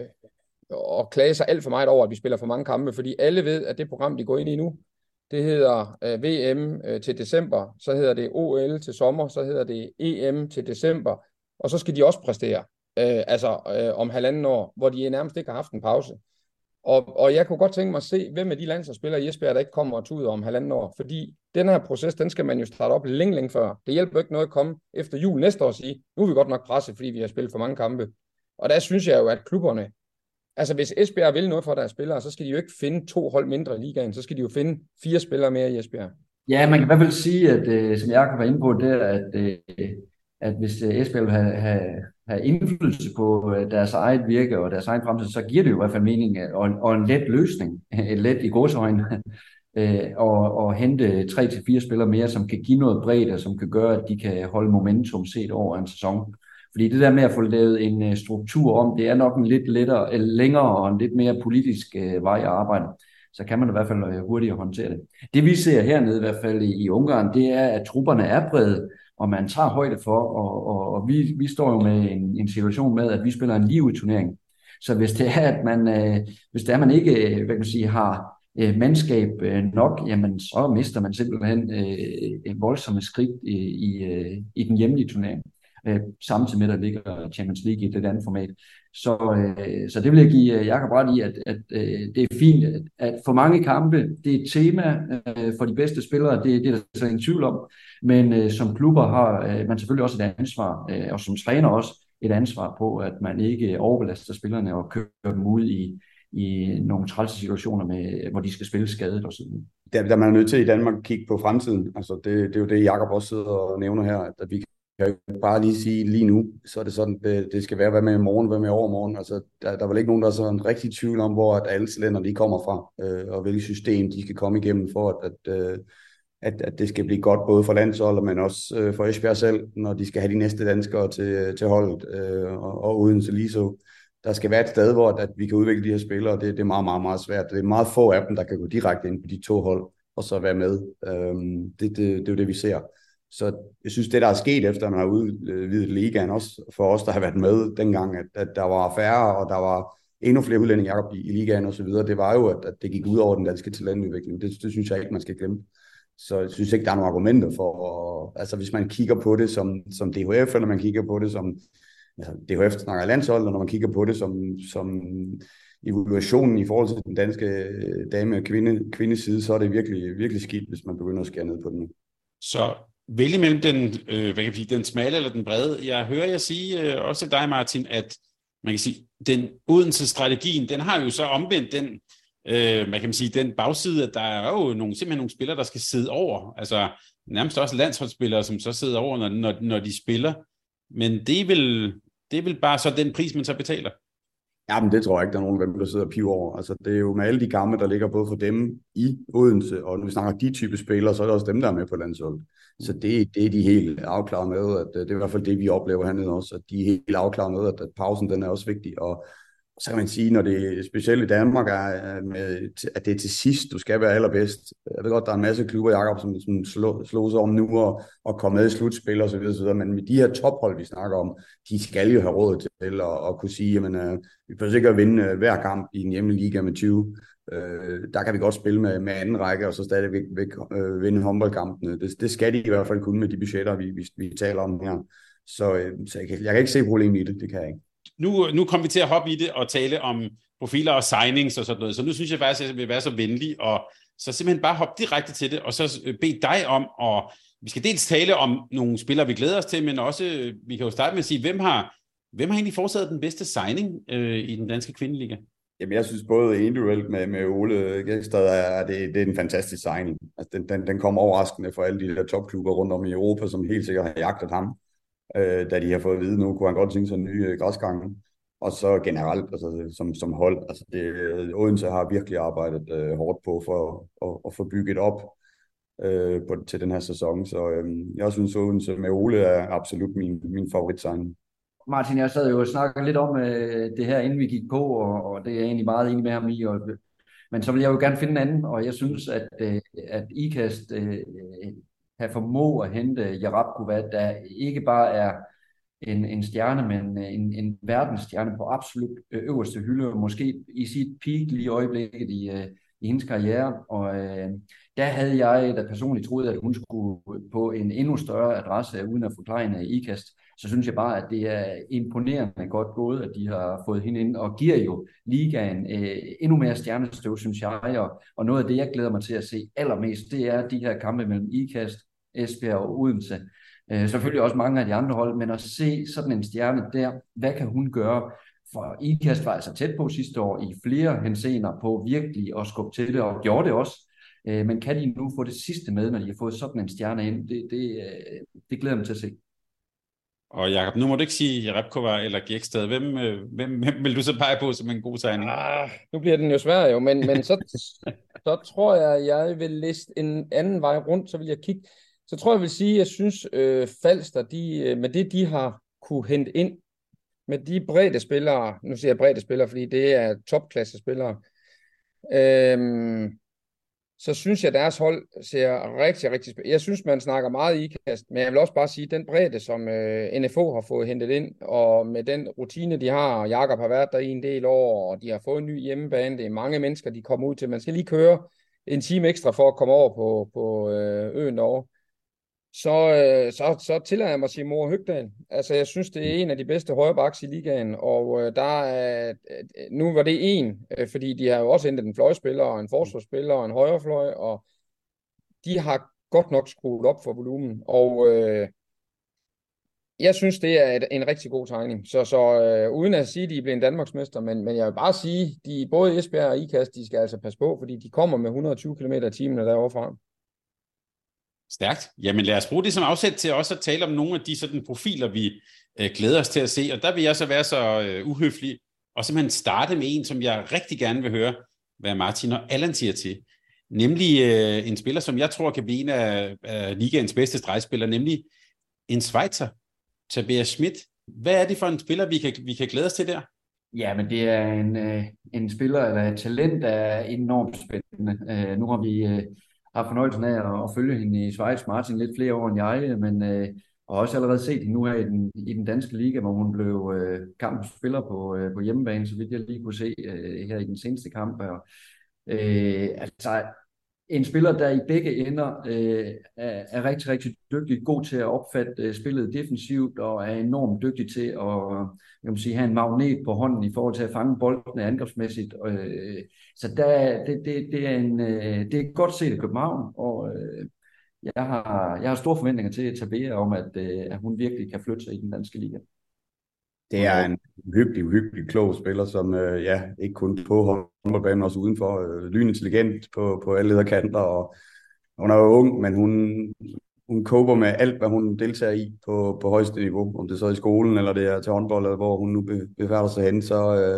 og klage sig alt for meget over, at vi spiller for mange kampe, fordi alle ved, at det program, de går ind i nu, det hedder øh, V M øh, til december, så hedder det O L til sommer, så hedder det E M til december, og så skal de også præstere, øh, altså øh, om halvanden år, hvor de nærmest ikke har haft en pause. Og, og jeg kunne godt tænke mig at se, hvem af de landsholdsspillere i Esbjerg, der ikke kommer og tuder om halvanden år, fordi den her proces, den skal man jo starte op længe, længe før. Det hjælper ikke noget at komme efter jul næste år og sige, nu er vi godt nok presset, fordi vi har spillet for mange kampe. Og der synes jeg jo, at klubberne, altså hvis Esbjerg vil noget for deres spillere, så skal de jo ikke finde to hold mindre i ligaen, så skal de jo finde fire spillere mere i Esbjerg. Ja, man kan i hvert fald sige, at øh, som jeg kan være inde på, det er, at, øh, at hvis Esbjerg vil have, have, have indflydelse på øh, deres eget virke og deres egen fremtid, så giver det jo i hvert fald mening, og, og en let løsning, et let i gåseøjne, øh, og, og hente tre til fire spillere mere, som kan give noget bredde, som kan gøre, at de kan holde momentum set over en sæson. Fordi det der med at få lavet en struktur om, det er nok en lidt lettere, eller længere og en lidt mere politisk øh, vej at arbejde. Så kan man i hvert fald hurtigere håndtere det. Det vi ser hernede i hvert fald i, i Ungarn, det er, at trupperne er brede, og man tager højde for, og, og, og vi, vi står jo med en, en situation med, at vi spiller en live-turnering. Så hvis det er, at man, øh, hvis det er, man ikke hvad kan man sige, har øh, mandskab øh, nok, jamen så mister man simpelthen øh, voldsomme skridt i, i, øh, i den hjemlige turnering. Øh, samtidig med, at der ligger Champions League i et lidt andet format. Så, øh, så det vil jeg give Jakob ret i, at, at øh, det er fint, at, at for mange kampe, det er et tema øh, for de bedste spillere, det, det er der så ingen tvivl om, men øh, som klubber har øh, man selvfølgelig også et ansvar, øh, og som træner også et ansvar på, at man ikke overbelaster spillerne og kører dem ud i, i nogle trælse situationer, med, hvor de skal spille skadet og sådan noget. Der, der man er nødt til i Danmark at kigge på fremtiden. Altså det, det er jo det, Jakob også sidder og nævner her, at vi kan jo bare lige sige lige nu, så er det sådan, det, det skal være, hvad med i morgen, hvad med i overmorgen. Altså, der, der er vel ikke nogen, der er sådan rigtig tvivl om, hvor at alle cylinder de kommer fra, øh, og hvilket system de skal komme igennem for, at, at, øh, at, at det skal blive godt både for landsholdet, men også øh, for Esbjerg selv, når de skal have de næste danskere til, til holdet, øh, og, og Odense lige så. Der skal være et sted, hvor at, at vi kan udvikle de her spillere, det, det er meget, meget, meget svært. Det er meget få af dem, der kan gå direkte ind på de to hold, og så være med. Øhm, det, det, det er jo det, vi ser. Så jeg synes, det der er sket efter, at man har udvidet ligaen, også for os, der har været med dengang, at, at der var færre, og der var endnu flere udlændinge i, i ligaen osv., det var jo, at, at det gik ud over den danske talentudvikling. Det, det synes jeg ikke, man skal glemme. Så jeg synes ikke, der er nogle argumenter for, altså hvis man kigger på det som, som D H F, eller man kigger på det som, altså D H F snakker landshold, og når man kigger på det som, som evaluationen i forhold til den danske dame- og kvinde, kvindeside, så er det virkelig, virkelig skidt, hvis man begynder at skære ned på den nu. Så vælg mellem den, øh, hvad kan jeg sige, den smalle eller den brede. Jeg hører jer sige, øh, også til dig, Martin, at man kan sige, den Odense-strategien, den har jo så omvendt den, øh, man kan sige, den bagside, at der er jo nogle, simpelthen nogle spillere, der skal sidde over. Altså nærmest også landsholdsspillere, som så sidder over, når, når, når de spiller. Men det er, vel, det er vel bare så den pris, man så betaler. Jamen, det tror jeg ikke, der er nogen af dem, der sidder og piver over. Altså, det er jo med alle de gamle, der ligger både for dem i Odense, og når vi snakker de type spillere, så er det også dem, der er med på landsholdet. Så det, det er de helt afklaret med, at det er i hvert fald det, vi oplever hernede også, at de er helt afklaret med, at, at pausen, den er også vigtig. Og så kan man sige, når det specielt i Danmark er, med, at det er til sidst, du skal være allerbedst. Jeg ved godt, der er en masse klubber, Jacob, som, som slår, slår sig om nu og, og kommer med i slutspil og så videre, så videre. Men med de her tophold, vi snakker om, de skal jo have råd til at, at kunne sige, jamen, uh, vi behøver ikke at vinde uh, hver kamp i en hjemmeliga med tyve. Uh, der kan vi godt spille med, med anden række, og så stadigvæk uh, vinde håndboldkampene. Det, det skal de i hvert fald kunne med de budgetter, vi, vi, vi taler om her. Så, uh, så jeg, kan, jeg kan ikke se problemet i det, det kan jeg ikke. Nu, nu kommer vi til at hoppe i det og tale om profiler og signings og sådan noget, så nu synes jeg faktisk, at jeg vil være så venlig, og så simpelthen bare hoppe direkte til det, og så bede dig om, og vi skal dels tale om nogle spillere, vi glæder os til, men også, vi kan jo starte med at sige, hvem har, hvem har egentlig foretaget den bedste signing øh, i den danske kvindeliga? Jamen, jeg synes både individuelt med, med Ole Gækstad, er det, det er en fantastisk signing. Altså, den, den, den kommer overraskende for alle de der topklubber rundt om i Europa, som helt sikkert har jagtet ham. Øh, da de har fået at vide, nu kunne han godt tænke sig en ny øh, græsgange. Og så generelt, altså, som, som hold, altså det, Odense har virkelig arbejdet øh, hårdt på for at, at få bygget op øh, på, til den her sæson. Så øh, jeg synes, Odense med Ole er absolut min, min favoritsigning. Martin, jeg sad jo og snakkede lidt om øh, det her, inden vi gik på, og, og det er jeg egentlig meget enig med ham i. Og, men så vil jeg jo gerne finde en anden, og jeg synes, at, øh, at IKAST øh, kan formå at hente Jarabkova, der ikke bare er en, en stjerne, men en, en verdensstjerne på absolut øverste hylde, og måske i sit peak lige i øjeblikket i, i hendes karriere. Og øh, der havde jeg da personligt troet, at hun skulle på en endnu større adresse, uden at forklare i IKAST. Så synes jeg bare, at det er imponerende godt gået, at de har fået hende ind, og giver jo ligaen øh, endnu mere stjernestøv, synes jeg. Og, og noget af det, jeg glæder mig til at se allermest, det er de her kampe mellem IKAST, Esbjerg og Odense. Øh, selvfølgelig også mange af de andre hold, men at se sådan en stjerne der, hvad kan hun gøre? For IKAST var altså tæt på sidste år i flere henseender på virkelig at skubbe til det, og gjorde det også. Øh, men kan de nu få det sidste med, når de har fået sådan en stjerne ind? Det, det, det glæder mig til at se. Og Jacob, nu må du ikke sige Jarabkova eller Gækstad. Hvem, hvem, hvem vil du så pege på som en god tegning? Ah, nu bliver den jo svær jo, men, men så, så tror jeg, jeg vil liste en anden vej rundt, så vil jeg kigge. Så tror jeg, jeg vil sige, at jeg synes, øh, Falster, de, med det, de har kunne hente ind, med de brede spillere, nu siger jeg brede spillere, fordi det er topklasse spillere, øhm, så synes jeg, at deres hold ser rigtig, rigtig spændende. Jeg synes, man snakker meget i IKAST, men jeg vil også bare sige, at den bredde, som øh, N F O har fået hentet ind, og med den rutine, de har, og Jakob har været der i en del år, og de har fået en ny hjemmebane, det er mange mennesker, de kommer ud til. Man skal lige køre en time ekstra for at komme over på, på øh, øen derovre. Så, øh, så, så tillader jeg mig at sige Mor Høgdal. Altså, jeg synes, det er en af de bedste højrebacks i ligaen, og øh, der er, øh, nu var det en, øh, fordi de har jo også hentet en fløjspiller, og en forsvarsspiller, og en højrefløj, og de har godt nok skruet op for volumen, og øh, jeg synes, det er et, en rigtig god tegning. Så, så øh, uden at sige, at de er blevet Danmarksmester, men, men jeg vil bare sige, de både Esbjerg og IKAST, de skal altså passe på, fordi de kommer med et hundrede og tyve kilometer i timen derovre fra. Stærkt. Jamen lad os bruge det som afsæt til også at tale om nogle af de sådan profiler, vi øh, glæder os til at se. Og der vil jeg så være så øh, uhøflig og simpelthen starte med en, som jeg rigtig gerne vil høre, hvad Martin og Allan siger til. Nemlig øh, en spiller, som jeg tror kan blive en af, af ligaens bedste stregspillere, nemlig en Schweizer, Tabea Schmidt. Hvad er det for en spiller, vi kan, vi kan glæde os til der? Ja, men det er en, øh, en spiller eller et talent, der er enormt spændende. Øh, nu har vi øh, haft fornøjelsen af at, at følge hende i Schweiz, Martin, lidt flere år end jeg, men øh, har også allerede set hende nu her i den, i den danske liga, hvor hun blev øh, kampens spiller på, øh, på hjemmebane, så vidt jeg lige kunne se øh, her i den seneste kamp. Og, øh, altså, en spiller, der i begge ender øh, er, er rigtig, rigtig dygtig, god til at opfatte øh, spillet defensivt, og er enormt dygtig til at jeg kan sige, have en magnet på hånden i forhold til at fange boldene angrebsmæssigt. Øh, så der, det, det, det, er en, øh, det er godt set i København, og øh, jeg, har, jeg har store forventninger til Tabea om, at, øh, at hun virkelig kan flytte sig i den danske liga. Det er en hyggelig, hyggelig klog spiller, som øh, ja, ikke kun på håndboldbanen, også udenfor. Øh, lynintelligent på, på alle lederkanter, og hun er jo ung, men hun, hun koper med alt, hvad hun deltager i på, på højeste niveau. Om det så er i skolen, eller det er til håndbold, eller hvor hun nu befærder sig hen, så, øh,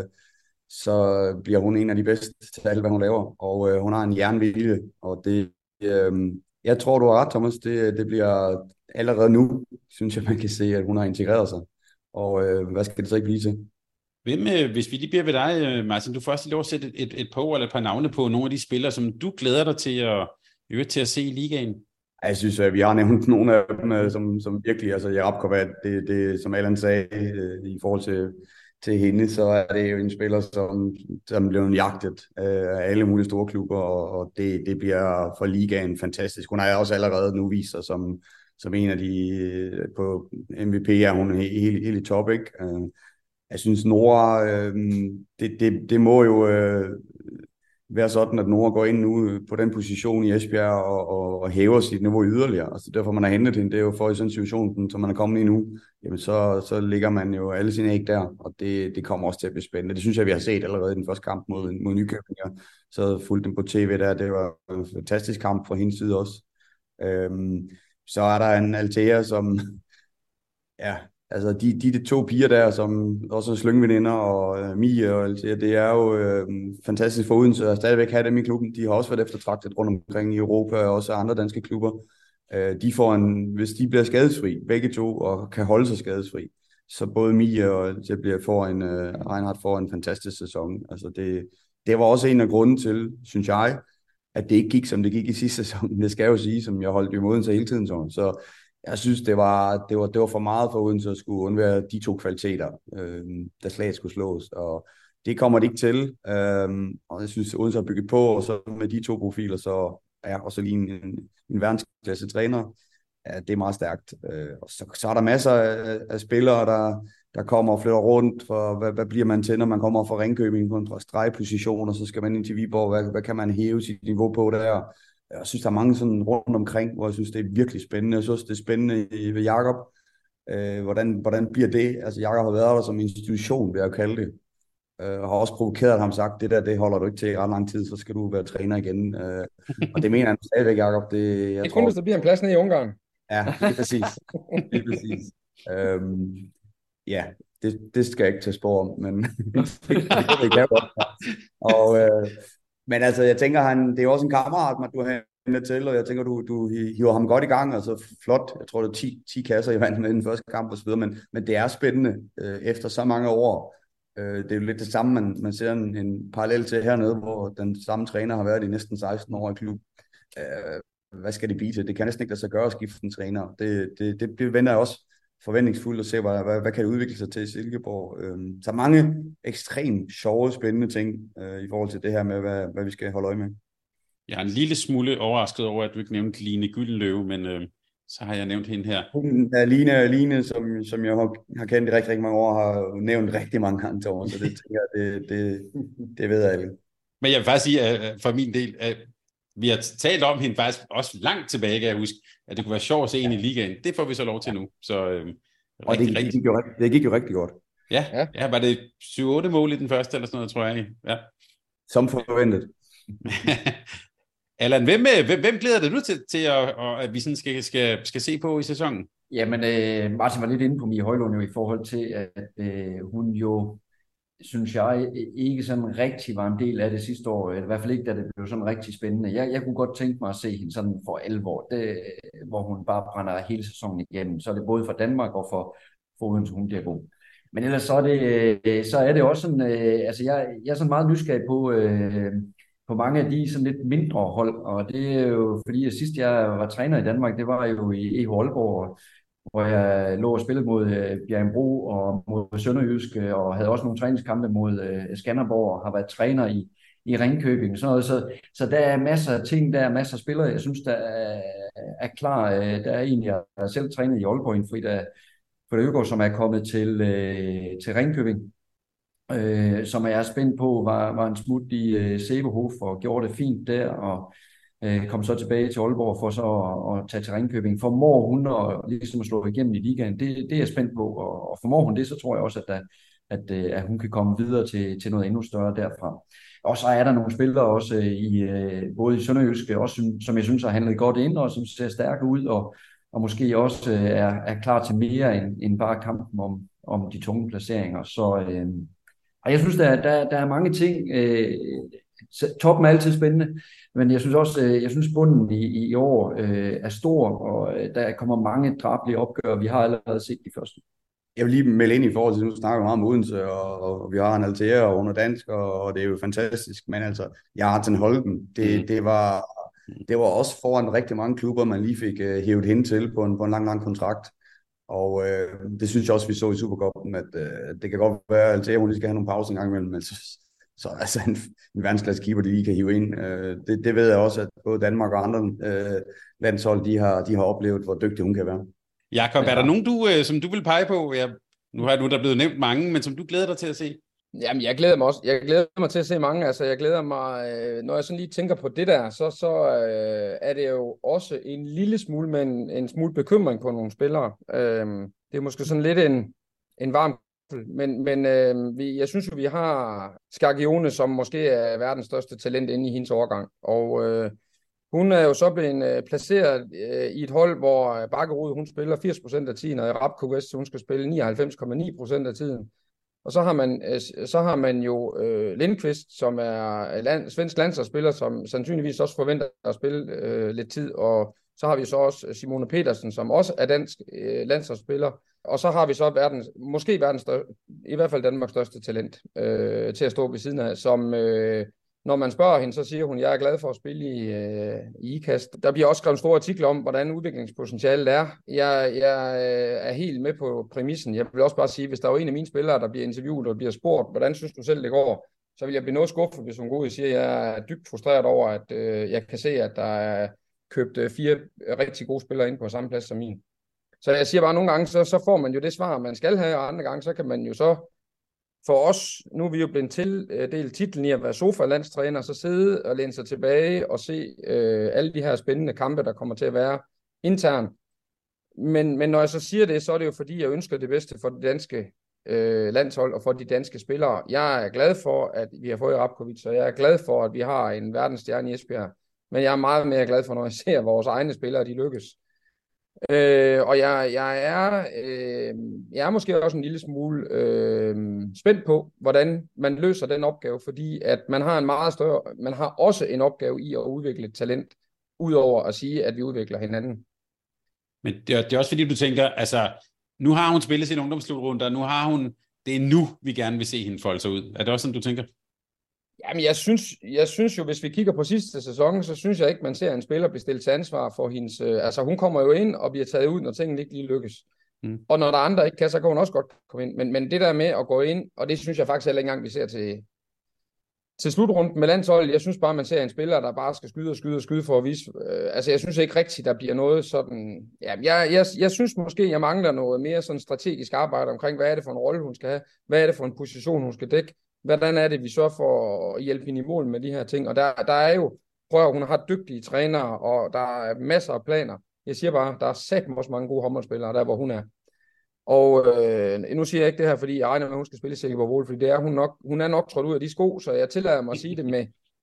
så bliver hun en af de bedste til alt, hvad hun laver. Og øh, hun har en jernvilje, og det, øh, jeg tror, du har ret, Thomas. Det, det bliver allerede nu, synes jeg, man kan se, at hun har integreret sig. Og øh, hvad skal det så ikke blive til? Hvem, øh, hvis vi lige bliver ved dig, Martin, du først lige lov at sætte et, et, et par eller et par navne på nogle af de spillere, som du glæder dig til at, øve til at se i ligaen. Jeg synes, at vi har nævnt nogle af dem, som, som virkelig, altså Jarabkova, det, det som Allan sagde, i forhold til, til hende, så er det jo en spiller, som, som bliver jagtet af alle mulige store klubber, og, og det, det bliver for ligaen fantastisk. Hun har også allerede nu vist sig som, som en af de, på M V P er hun helt, helt i top, ikke? Jeg synes, Nora, det, det, det må jo være sådan, at Nora går ind nu på den position i Esbjerg og, og, og hæver sit niveau yderligere. Altså derfor man har hentet hende, det er jo for i sådan en situation, som man er kommet i nu, jamen så, så ligger man jo alle sine æg der, og det, det kommer også til at blive spændende. Det synes jeg, vi har set allerede i den første kamp mod, mod Nykøbing. Så fulgte den på tv der, det var en fantastisk kamp fra hendes side også. Øhm, så er der en Altea, som, ja, altså de, de, de to piger der, som også er slyngveninder, og øh, Mie og Altea, det er jo øh, fantastisk for Odense at stadigvæk have dem i klubben. De har også været eftertragtet rundt omkring i Europa, og også andre danske klubber. Øh, de får en, hvis de bliver skadesfri, begge to, og kan holde sig skadesfri, så både Mie og Altea bliver for en, øh, Reinhardt får en fantastisk sæson. Altså det, det var også en af grunden til, synes jeg, at det ikke gik, som det gik i sidste sæson. Det skal jeg jo sige, som jeg holdt imod Odense hele tiden. Så jeg synes, det var, det var, det var for meget for Odense at skulle undvære de to kvaliteter, øh, der slaget skulle slås. Og det kommer det ikke til. Øh, og jeg synes, Odense har bygget på, og så med de to profiler, så ja, og så lige en, en, en verdensklasse træner. Ja, det er meget stærkt. Øh, og så, så er der masser af, af spillere, der, der kommer og flytter rundt, for hvad, hvad bliver man til, når man kommer fra Ringkøbing på en stregposition, og så skal man ind til Viborg, hvad, hvad kan man hæve sit niveau på der? Jeg synes, der er mange sådan rundt omkring, hvor jeg synes, det er virkelig spændende. Jeg synes, det er spændende ved Jakob. Øh, hvordan, hvordan bliver det? Altså, Jakob har været der som institution, vil jeg kalde det. Øh, og har også provokeret ham sagt, det der, det holder du ikke til i ret lang tid, så skal du være træner igen. Øh, og det mener han stadigvæk, Jakob. Det, jeg det er tror, kun, hvis der bliver en plads nede i Ungarn. Ja, det er præcis. Det er præcis. Øhm, ja, det, det skal jeg ikke tage spor om, men det, det, det kan jeg godt. Og, øh, men altså, jeg tænker, han, det er også en kammerat, man du har hentet til, og jeg tænker, du, du hiver ham godt i gang, altså flot. Jeg tror, det er ti, ti kasser i vandet med den første kamp og så videre, men, men det er spændende øh, efter så mange år. Øh, det er jo lidt det samme, man, man ser en, en parallel til hernede, hvor den samme træner har været i næsten seksten år i klub. Øh, hvad skal det blive til? Det kan næsten ikke lade sig gøre at skifte en træner. Det, det, det, det vender jeg også forventningsfuldt at se, hvad, hvad, hvad kan det udvikle sig til i Silkeborg. Øhm, så mange ekstremt sjove, spændende ting øh, i forhold til det her med, hvad, hvad vi skal holde øje med. Jeg er en lille smule overrasket over, at du ikke nævnte Line Gyldenløve, men øh, så har jeg nævnt hende her. Ja, Line, Line som, som jeg har, har kendt i rigtig, rigtig mange år, har nævnt rigtig mange gange til år, så det tænker jeg, det, det, det ved alle. Men jeg vil faktisk sige, at for min del, at vi har talt om hende faktisk også langt tilbage, kan jeg huske, at det kunne være sjovt at se hende i ligaen. Det får vi så lov til nu. Så, øh, og rigtig, det, gik jo, det gik jo rigtig godt. Ja, ja. ja var det syv otte mål i den første, eller sådan noget, tror jeg. Ja. Som forventet. Allan, hvem, hvem, hvem glæder dig nu til, til at, og, at vi sådan skal, skal, skal se på i sæsonen? Jamen, øh, Martin var lidt inde på Mie Højlund jo i forhold til, at øh, hun jo, synes jeg, ikke sådan rigtig var en del af det sidste år. I hvert fald ikke, da det blev sådan rigtig spændende. Jeg, jeg kunne godt tænke mig at se hende sådan for alvor, det, hvor hun bare brænder hele sæsonen igennem. Så er det både for Danmark og for, for Odense, hun bliver god. Men ellers så er det, så er det også sådan, øh, altså jeg, jeg er sådan meget nysgerrig på, øh, på mange af de sådan lidt mindre hold, og det er jo fordi, at sidst jeg var træner i Danmark, det var jo i E H Aalborg, hvor jeg lå og spillede mod øh, Bjerringbro og mod Sønderjysk, og havde også nogle træningskampe mod øh, Skanderborg, og har været træner i, i Ringkøbing. Sådan noget. Så, så der er masser af ting, der er masser af spillere, jeg synes, der er, er klar. Der er en, jeg har selv trænet i Aalborg, en Frida, Frida Øgaard, som er kommet til, øh, til Ringkøbing, øh, som jeg er spændt på, var, var en smut i øh, Sebehof og gjorde det fint der, og øh, kom så tilbage til Aalborg for så at, at tage til Ringkøbing. Formår hun at, ligesom at slå igennem i ligaen, det, det er jeg spændt på, og, og formår hun det, så tror jeg også, at, der, at, at hun kan komme videre til, til noget endnu større derfra. Og så er der nogle spillere også i øh, både i Sønderjyske, også, som jeg synes har handlet godt ind, og som ser stærke ud, og, og måske også øh, er, er klar til mere end, end bare kampen om, om de tunge placeringer. Så øh, og jeg synes, der, der, der er mange ting. Øh, toppen er altid spændende, men jeg synes også, øh, jeg synes bunden i, i år øh, er stor, og øh, der kommer mange drabelige opgør. Vi har allerede set de første. Jeg vil lige melde ind i forhold til, nu snakker vi meget om Odense, og, og vi har en Altea og under dansk, og, og det er jo fantastisk, men altså, jeg har til Holden, det, mm. det, var, det var også foran rigtig mange klubber, man lige fik uh, hævet hen til på en, på en lang, lang kontrakt, og uh, det synes jeg også, vi så i Supercuppen, at uh, det kan godt være, at Altea, hun lige skal have nogle pauser en gang imellem, men så, så altså en, en verdensklasse keeper, de lige kan hive ind. Uh, det, det ved jeg også, at både Danmark og andre uh, landshold, de har, de har oplevet, hvor dygtig hun kan være. Jakob, er der nogen, du, som du vil pege på? Ja, nu har du der blevet nævnt mange, men som du glæder dig til at se? Jamen, jeg glæder mig også. Jeg glæder mig til at se mange. Altså, jeg glæder mig, når jeg sådan lige tænker på det der, så, så øh, er det jo også en lille smule med en, en smule bekymring på nogle spillere. Øh, det er måske sådan lidt en, en varm, men, men øh, vi, jeg synes jo, vi har Skargione, som måske er verdens største talent inde i hendes årgang. Og øh, hun er jo så blevet placeret øh, i et hold, hvor Bakkerud, hun spiller firs procent af tiden, og Rabko Vest, hun skal spille nioghalvfems komma ni procent af tiden. Og så har man, øh, så har man jo øh, Lindqvist, som er land, svensk landsholdsspiller, som sandsynligvis også forventer at spille øh, lidt tid. Og så har vi så også Simone Petersen, som også er dansk øh, landsholdsspiller. Og så har vi så verdens, måske verdens største, i hvert fald Danmarks største talent øh, til at stå ved siden af, som... Øh, Når man spørger hende, så siger hun, at jeg er glad for at spille i, øh, i IKAST. Der bliver også skrevet store artikler om, hvordan udviklingspotentialet er. Jeg, jeg er helt med på præmissen. Jeg vil også bare sige, hvis der er en af mine spillere, der bliver interviewet og bliver spurgt, hvordan synes du selv det går, så vil jeg blive noget skuffet, hvis hun går ud og siger, at jeg er dybt frustreret over, at øh, jeg kan se, at der er købt øh, fire rigtig gode spillere ind på samme plads som min. Så jeg siger bare, at nogle gange, så, så får man jo det svar, man skal have, og andre gange, så kan man jo så for os, nu er vi jo blevet tildelt titlen i at være sofa-landstræner, så sidde og læne sig tilbage og se øh, alle de her spændende kampe, der kommer til at være internt. Men, men når jeg så siger det, så er det jo fordi, jeg ønsker det bedste for det danske øh, landshold og for de danske spillere. Jeg er glad for, at vi har fået Rabkovic, og jeg er glad for, at vi har en verdensstjerne i Esbjerg. Men jeg er meget mere glad for, når jeg ser vores egne spillere, de lykkes. Øh, og jeg, jeg, er, øh, jeg er måske også en lille smule øh, spændt på, hvordan man løser den opgave, fordi at man har en meget større, man har også en opgave i at udvikle et talent, udover at sige, at vi udvikler hinanden. Men det er, det er også fordi, du tænker, altså, nu har hun spillet sin ungdomsslutrunder, nu har hun, det er nu, vi gerne vil se hende folde sig ud. Er det også sådan, du tænker? Jamen, jeg synes, jeg synes jo, hvis vi kigger på sidste sæson, så synes jeg ikke, man ser en spiller blive stillet til ansvar for hendes... Øh, altså, hun kommer jo ind og bliver taget ud, når tingene ikke lige lykkes. Mm. Og når der andre ikke kan, så kan hun også godt komme ind. Men, men det der med at gå ind, og det synes jeg faktisk heller ikke engang, vi ser til, til slutrunden med landsholdet. Jeg synes bare, man ser en spiller, der bare skal skyde og skyde og skyde for at vise... Øh, altså, jeg synes ikke rigtigt, der bliver noget sådan... Ja, jeg, jeg, jeg synes måske, jeg mangler noget mere sådan strategisk arbejde omkring, hvad er det for en rolle, hun skal have? Hvad er det for en position, hun skal dække? Hvordan er det, vi sørger for at hjælpe hende i mål med de her ting? Og der, der er jo, prøv at hun har dygtige trænere, og der er masser af planer. Jeg siger bare, der er satme også mange gode håndboldspillere, der hvor hun er. Og øh, nu siger jeg ikke det her, fordi jeg regner med, at hun skal spille i Silkeborg, fordi det er hun nok, hun er nok trådt ud af de sko, så jeg tillader mig at sige det med,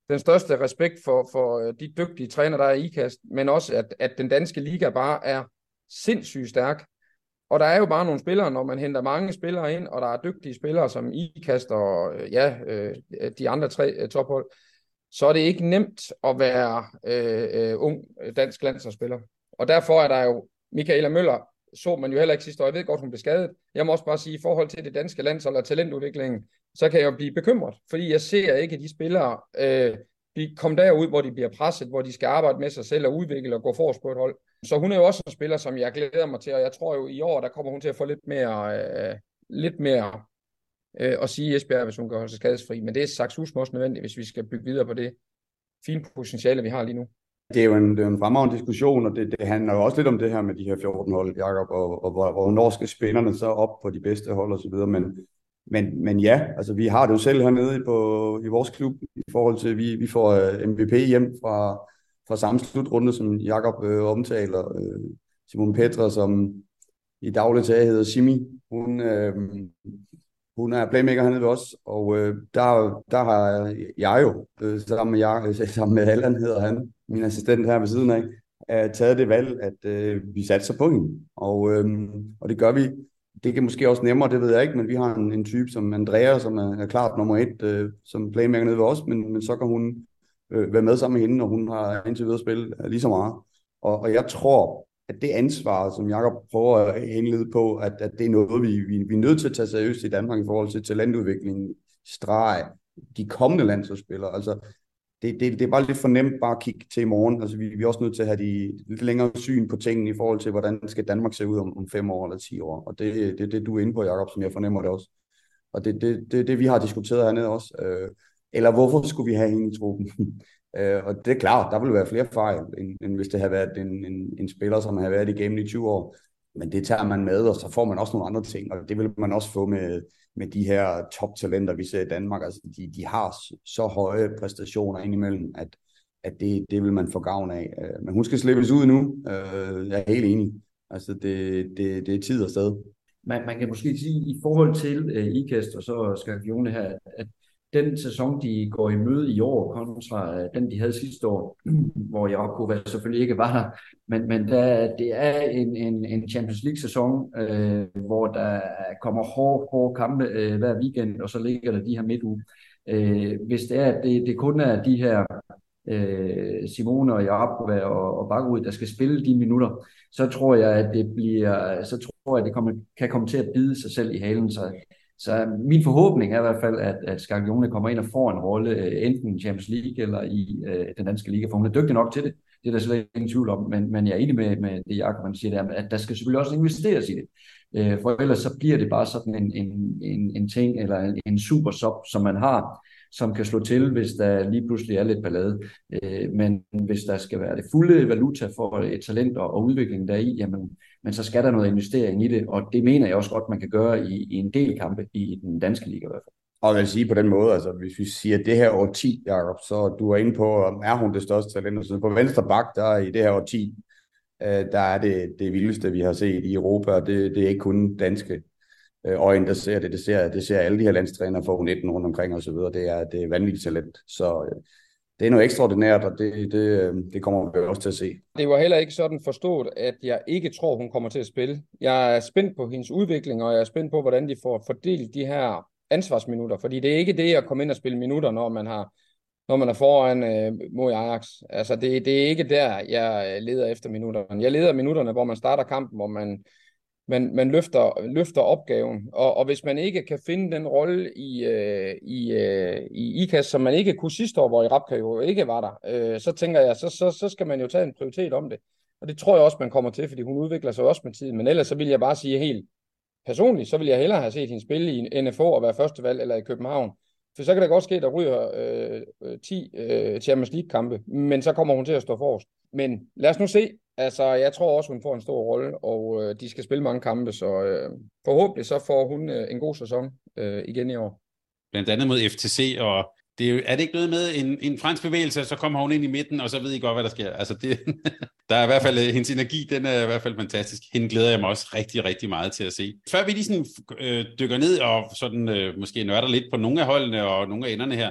den største respekt for, for de dygtige træner, der er i IKAST, men også, at, at den danske liga bare er sindssygt stærk. Og der er jo bare nogle spillere, når man henter mange spillere ind, og der er dygtige spillere som IKAST og ja, de andre tre tophold, så er det ikke nemt at være øh, ung dansk landsholdsspiller. Og derfor er der jo Michaela Møller, så man jo heller ikke sidste år. Jeg ved godt, hun blev skadet. Jeg må også bare sige, i forhold til det danske landshold og talentudviklingen, så kan jeg jo blive bekymret, fordi jeg ser ikke, at de spillere øh, komme derud, hvor de bliver presset, hvor de skal arbejde med sig selv og udvikle og gå forrest på et hold. Så hun er jo også en spiller, som jeg glæder mig til, og jeg tror jo i år, der kommer hun til at få lidt mere, øh, lidt mere øh, at sige i Esbjerg, hvis hun kan holde sig skadesfri. Men det er sagshusen også nødvendigt, hvis vi skal bygge videre på det fine potentiale, vi har lige nu. Det er jo en, det er en fremragende diskussion, og det, det handler jo også lidt om det her med de her fjorten hold, Jakob, og, og hvor, hvornår skal spillerne så op på de bedste hold og så videre. Men, men, men ja, altså vi har det jo selv hernede på, i vores klub, i forhold til, at vi, vi får uh, M V P hjem fra, fra samme slutrunde, som Jakob øh, omtaler. Øh, Simon Petra, som i daglig tale hedder Simi, hun, øh, hun er playmaker hernede ved os, og øh, der, der har jeg jo, øh, sammen med, jeg, sammen med Allan hedder han, min assistent her ved siden af, er taget det valg, at øh, vi satser på hende. Og, øh, og det gør vi. Det kan måske også nemmere, det ved jeg ikke, men vi har en, en type som Andrea, som er, er klart nummer et, øh, som playmaker nede ved os, men, men så kan hun øh, være med sammen med hende, og hun har indtil videre spillet lige så meget. Og, og jeg tror, at det ansvar, som Jakob prøver at henlede på, at, at det er noget, vi, vi, vi er nødt til at tage seriøst i Danmark i forhold til talentudvikling, streg, de kommende landsholdsspillere. Altså, det, det, det er bare lidt for nemt bare at kigge til i morgen. Altså, vi, vi er også nødt til at have de lidt længere syn på tingene i forhold til, hvordan skal Danmark se ud om, om fem år eller ti år. Og det er det, det, du er inde på, Jakob, som jeg fornemmer det også. Og det er det, det, det, vi har diskuteret hernede også. Øh, eller hvorfor skulle vi have hende i truppen? øh, og det er klart, der vil være flere fejl, end, end hvis det havde været en, en, en spiller, som har været i gamet i tyve år. Men det tager man med, og så får man også nogle andre ting. Og det vil man også få med, med de her toptalenter, vi ser i Danmark. Altså, de, de har så høje præstationer indimellem, at, at det, det vil man få gavn af. Men hun skal slippes ud nu. Jeg er helt enig. Altså, det, det, det er tid og sted. Man, man kan måske sige, i forhold til uh, IKAST og så Skargione her, at den sæson, de går i møde i år, kontra uh, den, de havde sidste år, hvor Jakob Kovac selvfølgelig ikke var der, men, men der, det er en, en, en Champions League-sæson, uh, hvor der kommer hårde, hårde kampe uh, hver weekend, og så ligger der de her midtuge. Uh, hvis det er, at det, det kun er de her uh, Simone og Jakob og, og Bakkerud, der skal spille de minutter, så tror jeg, at det bliver, så tror jeg, at det kommer, kan komme til at bide sig selv i halen. Så, så min forhåbning er i hvert fald, at, at Skargione kommer ind og får en rolle, enten i Champions League eller i øh, den danske liga, for hun er dygtig nok til det. Det er der slet ingen tvivl om, men, men jeg er enig med, med det, Jakob man siger, der, at der skal selvfølgelig også investeres i det. Øh, for ellers så bliver det bare sådan en, en, en, en ting, eller en, en super sub, som man har, som kan slå til, hvis der lige pludselig er lidt ballade. Øh, men hvis der skal være det fulde valuta for et talent og, og udvikling deri, jamen, men så skal der noget investering i det, og det mener jeg også godt, man kan gøre i, i en del kampe i den danske liga i hvert fald. Og jeg vil sige på den måde, altså hvis vi siger det her årti, Jakob, så du er inde på, er hun det største talent? Så på venstre bak, der i det her årti, øh, der er det det vildeste, vi har set i Europa, og det, det er ikke kun danske øjne, der ser det. Det ser, det ser alle de her landstrænere for U nitten rundt omkring og så videre. Det er, det er vanvittigt talent. Så øh, det er noget ekstraordinært, og det, det, det kommer vi også til at se. Det var heller ikke sådan forstået, at jeg ikke tror, hun kommer til at spille. Jeg er spændt på hendes udvikling, og jeg er spændt på, hvordan de får fordelt de her ansvarsminutter. Fordi det er ikke det at komme ind og spille minutter, når man har når man er foran øh, mod Ajax. Altså, det, det er ikke der, jeg leder efter minutterne. Jeg leder minutterne, hvor man starter kampen, hvor man Man, man løfter, løfter opgaven, og, og hvis man ikke kan finde den rolle i, øh, i, øh, i IKAST, som man ikke kunne sidste år, hvor i Rapka jo ikke var der, øh, så tænker jeg, så, så, så skal man jo tage en prioritet om det. Og det tror jeg også, man kommer til, fordi hun udvikler sig også med tiden. Men ellers så vil jeg bare sige helt personligt, så vil jeg hellere have set hende spille i N F O og være førstevalg eller i København. For så kan det godt ske, at der ryger øh, ti øh, Champions League-kampe, men så kommer hun til at stå forrest. Men lad os nu se. Altså, jeg tror også, hun får en stor rolle, og øh, de skal spille mange kampe, så øh, forhåbentlig så får hun øh, en god sæson øh, igen i år. Blandt andet mod F T C, og det er, jo, er det ikke noget med en, en fransk bevægelse, så kommer hun ind i midten, og så ved I godt, hvad der sker. Altså, det, der er i hvert fald, hendes energi, den er i hvert fald fantastisk. Hende glæder jeg mig også rigtig, rigtig meget til at se. Før vi lige sådan, øh, dykker ned og sådan, øh, måske nørder lidt på nogle af holdene og nogle af enderne her,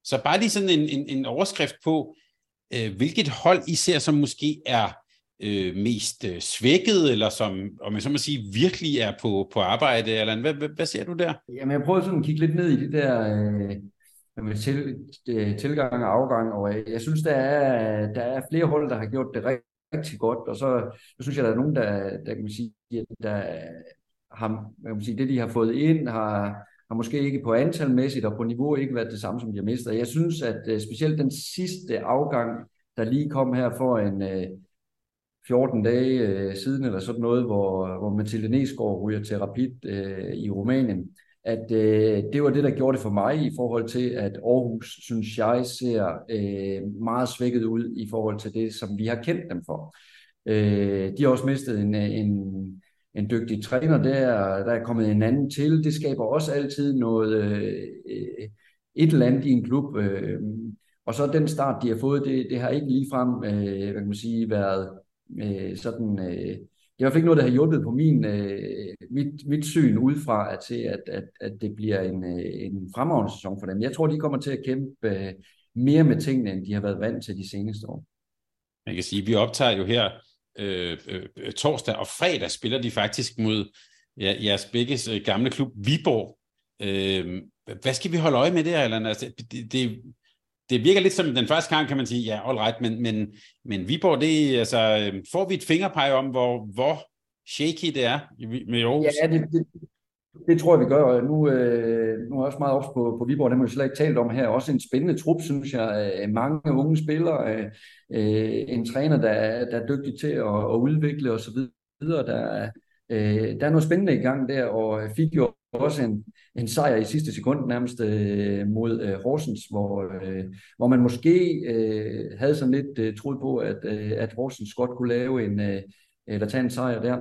Så bare lige sådan en, en, en overskrift på, øh, hvilket hold I ser, som måske er øh, mest øh, svækket, eller som, om jeg så må sige, virkelig er på, på arbejde, eller hvad, hvad, hvad ser du der? Jamen, jeg prøver sådan at kigge lidt ned i det der øh, med til, øh, tilgang og afgang, og øh, jeg synes, der er, der er flere hold, der har gjort det rigtig, rigtig godt, og så, så synes jeg, der er nogen, der, der kan man sige, der har, hvad kan man sige, det de har fået ind, har, har måske ikke på antalmæssigt og på niveau ikke været det samme, som de har mistet. Jeg synes, at øh, specielt den sidste afgang, der lige kom her for en øh, fjorten dage øh, siden, eller sådan noget, hvor, hvor Mathilde Nesgaard ryger til Rapid øh, i Rumænien, at øh, det var det, der gjorde det for mig i forhold til, at Aarhus, synes jeg, ser øh, meget svækket ud i forhold til det, som vi har kendt dem for. Øh, de har også mistet en, en, en dygtig træner der, der er kommet en anden til. Det skaber også altid noget, øh, et eller andet i en klub. Øh, og så den start, de har fået, det, det har ikke ligefrem, øh, hvad kan man sige, været øh, sådan... Øh, det er i hvert fald ikke noget, der har hjulpet på min, øh, mit, mit syn udefra at se, at, at, at det bliver en, en fremragende sæson for dem. Jeg tror, de kommer til at kæmpe øh, mere med tingene, end de har været vant til de seneste år. Man kan sige, at vi optager jo her øh, øh, torsdag og fredag, spiller de faktisk mod ja, jeres begges øh, gamle klub, Viborg. Øh, hvad skal vi holde øje med der, Allan? Altså, det, det, det virker lidt som den første gang, kan man sige, ja, all right, men, men, men Viborg, det, altså, får vi et fingerpege om, hvor, hvor shaky det er med Aarhus? Ja, det, det, det tror jeg, vi gør, og nu, øh, nu er jeg også meget ops på, på Viborg, det må vi slet ikke talt om her. Også en spændende trup, synes jeg. Mange unge spillere, øh, en træner, der, der er dygtig til at, at udvikle osv. Der, øh, der er noget spændende i gang der, og fik jo også en, en sejr i sidste sekund nærmest øh, mod øh, Horsens, hvor, øh, hvor man måske øh, havde sådan lidt øh, troet på, at, øh, at Horsens godt kunne lave en, øh, eller tage en sejr der.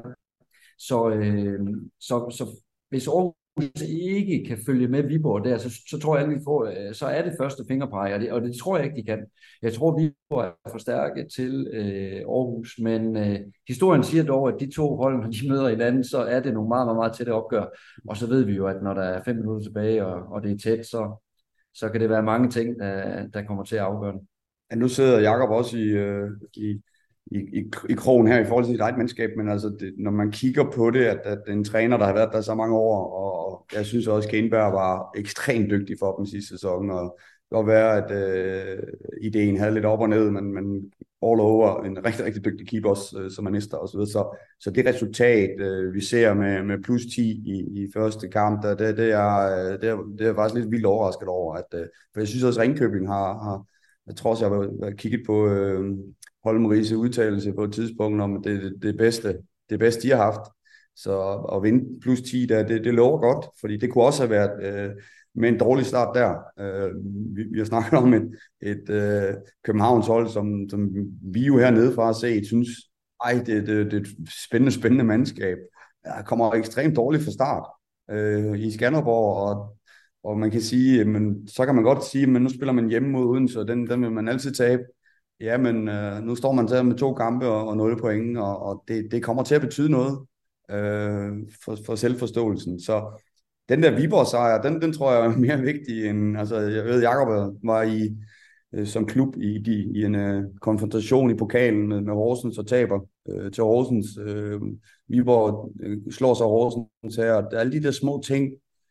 Så, øh, så, så hvis Aarhus ikke kan følge med Viborg der, så, så tror jeg, at vi får, øh, så er det første fingerpege, og det, og det tror jeg ikke, de kan. Jeg tror, Viborg er forstærket til øh, Aarhus, men øh, historien siger dog, at de to hold, når de møder hinanden, så er det nogle meget, meget, meget tætte opgør. Og så ved vi jo, at når der er fem minutter tilbage, og, og det er tæt, så, så kan det være mange ting, der, der kommer til at afgøre det. Ja, nu sidder Jakob også i, øh, i I, i, i krogen her i forhold til sit eget mandskab, men altså det, når man kigger på det, at, at en træner, der har været der så mange år, og, og jeg synes også, at Kjellberg var ekstremt dygtig for dem sidste sæson, og det kan godt være, at øh, ideen havde lidt op og ned, men, men all over en rigtig, rigtig dygtig keeper også, øh, som er næster og så videre. Så, så det resultat, øh, vi ser med, med plus ti i, i første kamp, der, det, det, er, det, er, det er faktisk lidt vildt overrasket over, at, øh, for jeg synes også, at Ringkøbing har, har jeg tror også, jeg har kigget på øh, Holmeris udtalelse på et tidspunkt om, at det er det bedste, det bedste, de har haft. Så at vinde plus ti, der, det, det lover godt, fordi det kunne også have været øh, med en dårlig start der. Øh, vi, vi har snakket om et, et øh, Københavns hold, som, som vi jo hernede fra har set, synes, ej, det, det, det er et spændende, spændende mandskab. Der kommer ekstremt dårligt fra start øh, i Skanderborg, og Og man kan sige, men så kan man godt sige, men nu spiller man hjemme mod Odense, og den, den vil man altid tabe. Ja, men øh, nu står man der med to kampe og, og nul point, og, og det, det kommer til at betyde noget øh, for, for selvforståelsen. Så den der Viborg-sejr, den, den tror jeg er mere vigtig end, altså jeg ved, Jakob var i øh, som klub i, de, i en øh, konfrontation i pokalen med, med Horsens og taber øh, til Horsens. Øh, Viborg øh, slår sig Horsens her, og alle de der små ting,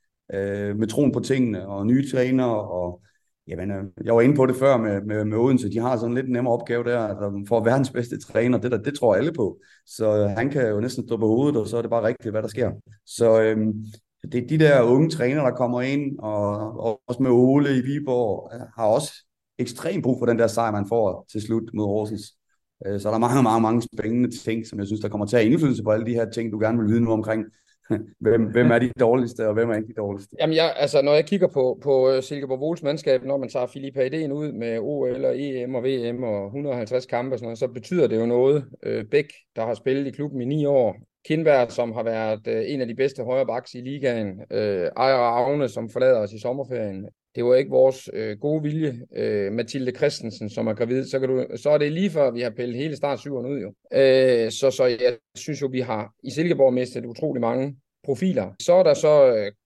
Øh, med troen på tingene og nye træner og jamen, øh, jeg var inde på det før med, med, med Odense, de har sådan en lidt nemmere opgave der, at de får verdens bedste træner, det, der, det tror alle på, så han kan jo næsten stå på hovedet, og så er det bare rigtigt, hvad der sker. Så øh, det er de der unge træner, der kommer ind, og, og også med Ole i Viborg, har også ekstremt brug for den der sejr, man får til slut mod Horsens. Øh, så der er mange, mange, mange spændende ting, som jeg synes, der kommer til at have indflydelse på alle de her ting, du gerne vil vide nu omkring. Hvem, hvem er de dårligste, og hvem er ikke de dårligste? Jamen, jeg, altså, når jeg kigger på, på Silkeborg-Vols mandskab, når man tager Filip Hadén ud med O L og E M og V M og et hundrede og halvtreds kampe og sådan noget, så betyder det jo noget. Øh, Bæk, der har spillet i klubben i ni år. Kindberg, som har været øh, en af de bedste højre backs i ligaen. Øh, Ejer Agne, som forlader os i sommerferien. Det var ikke vores øh, gode vilje. Øh, Mathilde Christensen, som er gravid, så, kan du, så er det lige før, vi har pillet hele startsyveren ud. Jo. Øh, så, så jeg synes jo, vi har i Silkeborg mistet utrolig mange profiler. Så er der så øh,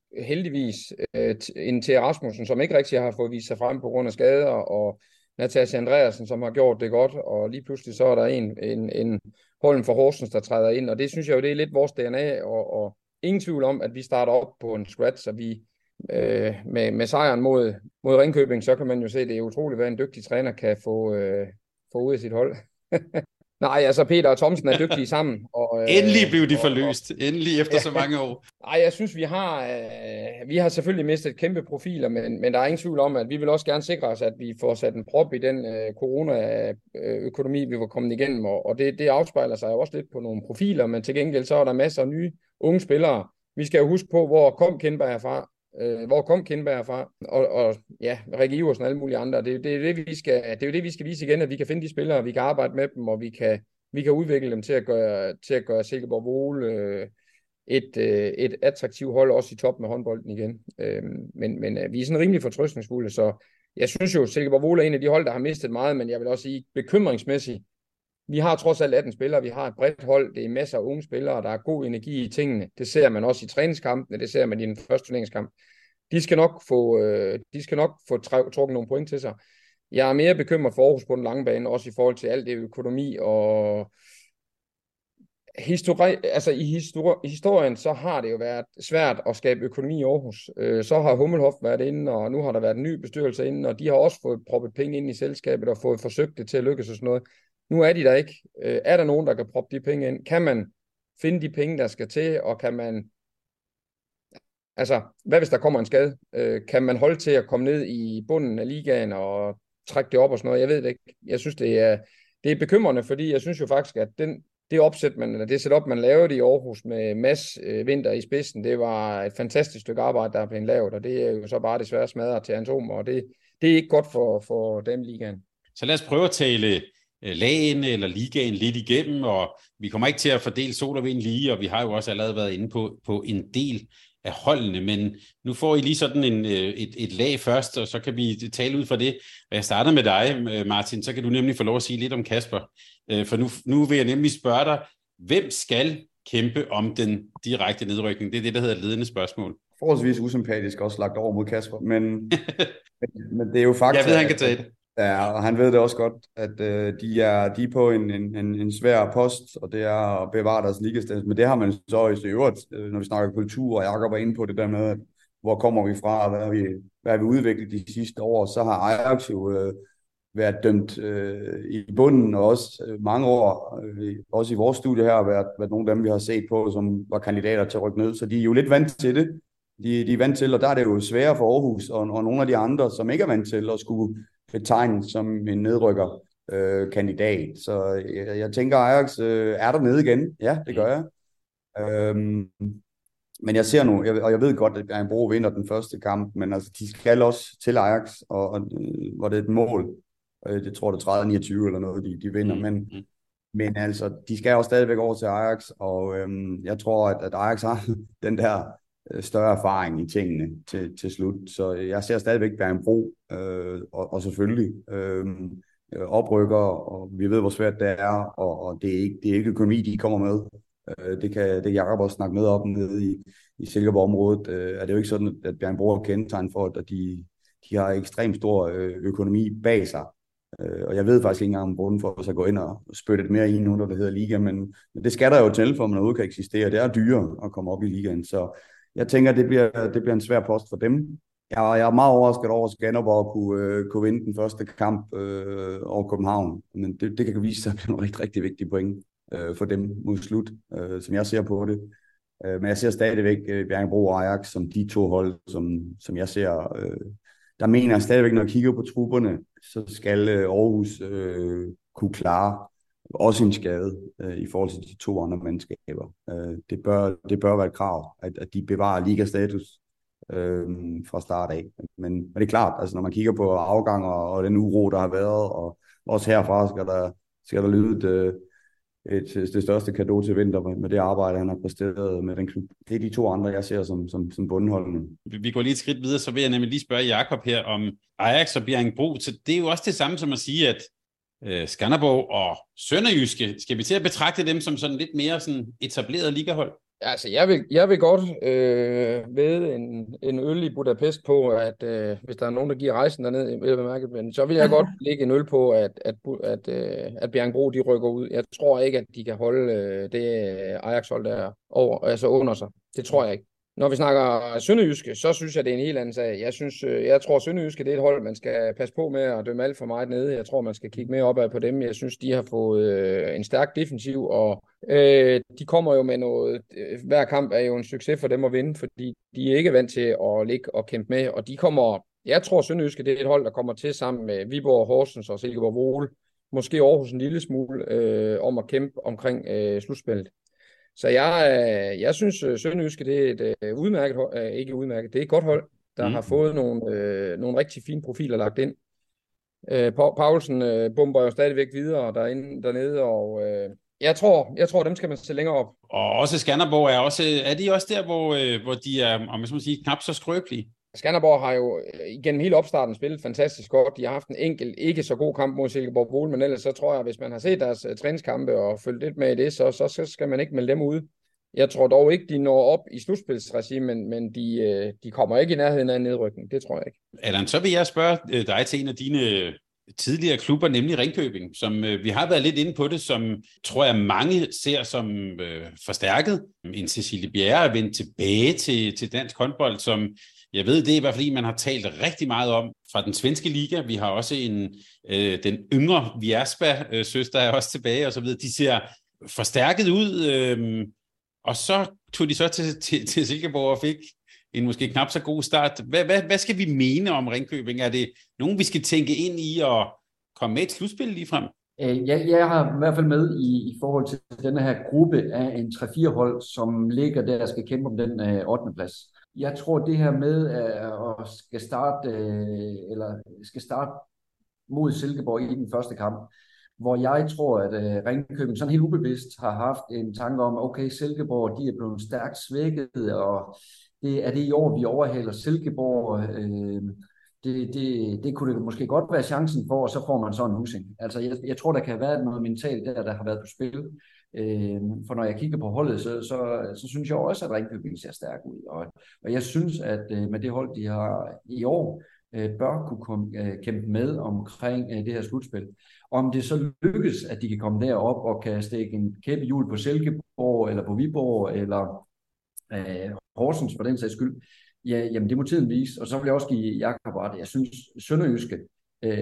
heldigvis øh, en Thea Rasmussen, som ikke rigtig har fået vist sig frem på grund af skader, og Natasha Andreasen, som har gjort det godt, og lige pludselig så er der en, en, en Holm for Horsens, der træder ind, og det synes jeg jo, det er lidt vores D N A, og, og ingen tvivl om, at vi starter op på en scratch, og vi øh, med, med sejren mod, mod Ringkøbing, så kan man jo se, at det er utroligt, hvad en dygtig træner kan få, øh, få ud af sit hold. Nej, altså Peter og Thomsen er dygtige sammen. Og, øh, Endelig blev de og, forløst. Endelig efter ja. så mange år. Nej, jeg synes, vi har, øh, vi har selvfølgelig mistet kæmpe profiler, men, men der er ingen tvivl om, at vi vil også gerne sikre os, at vi får sat en prop i den øh, corona-økonomi, vi var kommet igennem, og, og det, det afspejler sig jo også lidt på nogle profiler, men til gengæld så er der masser af nye unge spillere. Vi skal jo huske på, hvor kom Kindberg fra, øh, hvor kom Kindberg fra, og, og ja, Rikke Iversen og alle mulige andre. Det, det, er det, vi skal, det er jo det, vi skal vise igen, at vi kan finde de spillere, vi kan arbejde med dem, og vi kan, vi kan udvikle dem til at gøre, til at gøre Silkeborg Vole øh, et, øh, et attraktivt hold, også i top med håndbolden igen. Øh, men men øh, vi er sådan rimelig fortrøstningsfulde, så jeg synes jo, Silkeborg Vole er en af de hold, der har mistet meget, men jeg vil også sige, bekymringsmæssigt, vi har trods alt atten spillere, vi har et bredt hold, det er masser af unge spillere, der er god energi i tingene. Det ser man også i træningskampene, det ser man i den første turneringskamp. De skal nok få, øh, de skal nok få trukket nogle point til sig. Jeg er mere bekymret for Aarhus på den lange bane, også i forhold til alt det økonomi og histori- altså i histori- historien, så har det jo været svært at skabe økonomi i Aarhus. Øh, så har Hummelhoff været inde, og nu har der været en ny bestyrelse inde, og de har også fået proppet penge ind i selskabet og fået forsøgt det til at lykkes og sådan noget. Nu er de der ikke. Øh, er der nogen, der kan proppe de penge ind? Kan man finde de penge, der skal til, og kan man... Altså, hvad hvis der kommer en skade? Øh, kan man holde til at komme ned i bunden af ligaen og trække det op og sådan noget? Jeg ved det ikke. Jeg synes, det er, det er bekymrende, fordi jeg synes jo faktisk, at den, det opsæt, man, eller det setup, man lavede i Aarhus med Mads øh, Vinter i spidsen, det var et fantastisk stykke arbejde, der er blevet lavet, og det er jo så bare desværre smadret til atomer, og det, det er ikke godt for, for dem ligaen. Så lad os prøve at tale lagen eller ligaen lidt igennem, og vi kommer ikke til at fordele sol og vind lige, og vi har jo også allerede været inde på, på en del af holdene, men nu får I lige sådan en, et, et lag først, og så kan vi tale ud fra det. Og jeg starter med dig, Martin, så kan du nemlig få lov at sige lidt om Kasper. For nu, nu vil jeg nemlig spørge dig, hvem skal kæmpe om den direkte nedrykning? Det er det, der hedder et ledende spørgsmål. Forholdsvis usympatisk også lagt over mod Kasper, men, men det er jo faktisk... Jeg ved, han kan tage det. Ja, og han ved det også godt, at øh, de, er, de er på en, en, en svær post, og det er at bevare deres ligastatus. Men det har man så i øvrigt, når vi snakker kultur, og Jakob var inde på det der med, at hvor kommer vi fra, og hvad har vi, hvad har vi udviklet de sidste år. Så har Ajax jo øh, været dømt øh, i bunden, og også øh, mange år, øh, også i vores studie her, har været, været nogle af dem, vi har set på, som var kandidater til at rykke ned. Så de er jo lidt vant til det. De, de er vant til, og der er det jo sværere for Aarhus, og, og nogle af de andre, som ikke er vant til at skulle betegnet som en nedrykker øh, kandidat. Så jeg, jeg tænker, Ajax øh, er der nede igen. Ja, det gør jeg. Øhm, men jeg ser nu, jeg, og jeg ved godt, at Bjerringbro vinder den første kamp, men altså, de skal også til Ajax, og, og hvor det er et mål. Jeg tror, det er tredive niogtyve eller noget, de, de vinder. Men, men altså, de skal jo stadigvæk over til Ajax, og øhm, jeg tror, at, at Ajax har den der større erfaring i tingene til, til slut. Så jeg ser stadigvæk Bjerringbro, øh, og, og selvfølgelig øh, oprykker, og vi ved, hvor svært det er, og, og det, er ikke, det er ikke økonomi, de kommer med. Øh, det kan, det kan Jakob også snakke med op nede i, i Silkeborg-området. Øh, er det jo ikke sådan, at Bjerringbro er kendetegn for, at de, de har ekstremt stor økonomi bag sig. Øh, og jeg ved faktisk ikke engang om grunden for os at gå ind og spytte det mere i nu, når det hedder liga, men det skal der jo til, for at man overhovedet kan eksistere. Det er dyrere at komme op i ligaen, så jeg tænker, at det bliver, det bliver en svær post for dem. Jeg, jeg er meget overrasket over, at Skanderborg kunne, øh, kunne vinde den første kamp øh, over København. Men det, det kan vise sig at blive nogle rigtig, rigtig vigtige point øh, for dem mod slut, øh, som jeg ser på det. Øh, men jeg ser stadigvæk øh, Bjerringbro og Ajax som de to hold, som, som jeg ser. Øh, der mener jeg stadigvæk, når jeg kigger på trupperne, så skal øh, Aarhus øh, kunne klare også en skade øh, i forhold til de to andre mandskaber. Øh, det, bør, det bør være et krav, at, at de bevarer ligastatus øh, fra start af. Men, men det er klart, altså når man kigger på afgang og, og den uro, der har været, og også herfra skal der, skal der lyde et, et, det største cadeau til Vinter med, med det arbejde, han har præsteret med den klub. Det er de to andre, jeg ser som, som, som bundholdende. Vi går lige et skridt videre, så vil jeg nemlig lige spørge Jakob her om Ajax og Bjerringbro. Så det er jo også det samme som at sige, at Skanderborg og Sønderjyske, skal vi til at betragte dem som sådan lidt mere sådan etableret ligahold? Altså, jeg vil, jeg vil godt øh, vædde en, en øl i Budapest på, at øh, hvis der er nogen, der giver rejsen derned, vil jeg bemærke, men så vil jeg godt lægge en øl på, at, at, at, øh, at Bjerringbro, de rykker ud. Jeg tror ikke, at de kan holde øh, det Ajax-hold der over, altså under sig. Det tror jeg ikke. Når vi snakker Sønderjyske, så synes jeg, det er en helt anden sag. Jeg synes, øh, jeg tror, Sønderjyske, det er et hold, man skal passe på med at dømme alt for meget nede. Jeg tror, man skal kigge mere opad på dem. Jeg synes, de har fået øh, en stærk defensiv, og øh, de kommer jo med noget. Øh, hver kamp er jo en succes for dem at vinde, fordi de er ikke vant til at ligge og kæmpe med, og de kommer. Jeg tror, Sønderjyske, det er et hold, der kommer til sammen med Viborg, Horsens og Silkeborg Vole. Måske Aarhus en lille smule øh, om at kæmpe omkring øh, slutspillet. Så jeg, jeg synes, at Sønderjyske, det er et udmærket hold, ikke udmærket, det er et godt hold, der mm. har fået nogle, øh, nogle rigtig fine profiler lagt ind. Øh, Paulsen øh, bomber jo stadigvæk videre derinde, dernede, og øh, jeg tror, jeg tror, dem skal man se længere op. Og også Skanderborg er også, er de også der, hvor, øh, hvor de er, om jeg skal sige, knap så skrøbelige? Skanderborg har jo igennem hele opstarten spillet fantastisk godt. De har haft en enkelt, ikke så god kamp mod Silkeborg Vole, men ellers så tror jeg, hvis man har set deres uh, træningskampe og følgt lidt med i det, så, så, så skal man ikke melde dem ud. Jeg tror dog ikke, de når op i slutspilsregi, men, men de, uh, de kommer ikke i nærheden af en nedrykning. Det tror jeg ikke. Allan, så vil jeg spørge dig til en af dine tidligere klubber, nemlig Ringkøbing, som øh, vi har været lidt inde på det, som tror jeg mange ser som øh, forstærket. En Cecilie Bjerre er vendt tilbage til, til dansk håndbold, som jeg ved, det er i hvert fald fordi, man har talt rigtig meget om fra den svenske liga. Vi har også en, øh, den yngre Viersba, øh, søster er også tilbage og så videre. De ser forstærket ud, øh, og så tog de så til, til, til Silkeborg og fik en måske knap så god start. Hvad, hvad, hvad skal vi mene om Ringkøbing? Er det nogen, vi skal tænke ind i og komme med et slutspil lige frem? Jeg, jeg har i hvert fald med i, i forhold til denne her gruppe af en tre fire hold, som ligger der og skal kæmpe om den øh, ottende plads. Jeg tror, det her med øh, at skal starte, øh, eller skal starte mod Silkeborg i den første kamp, hvor jeg tror, at øh, Ringkøbing sådan helt ubevidst har haft en tanke om, okay, Silkeborg, de er blevet stærkt svækket, og det er det i år, vi overhaler Silkeborg. Øh, det, det, det kunne det måske godt være chancen for, og så får man sådan en husing. Altså, jeg, jeg tror, der kan være noget mentalt der, der har været på spil. Øh, for når jeg kigger på holdet, så, så, så synes jeg også, at Ringkøbing ser stærk ud. Og, og jeg synes, at øh, med det hold, de har i år, øh, bør kunne komme, øh, kæmpe med omkring øh, det her slutspil. Om det så lykkes, at de kan komme derop og kan stikke en kæppe hjul på Silkeborg, eller på Viborg, eller øh, Horsens for den sags skyld, ja, jamen det må tiden vise. Og så vil jeg også give Jakob ret. Jeg synes, Sønderjyske øh,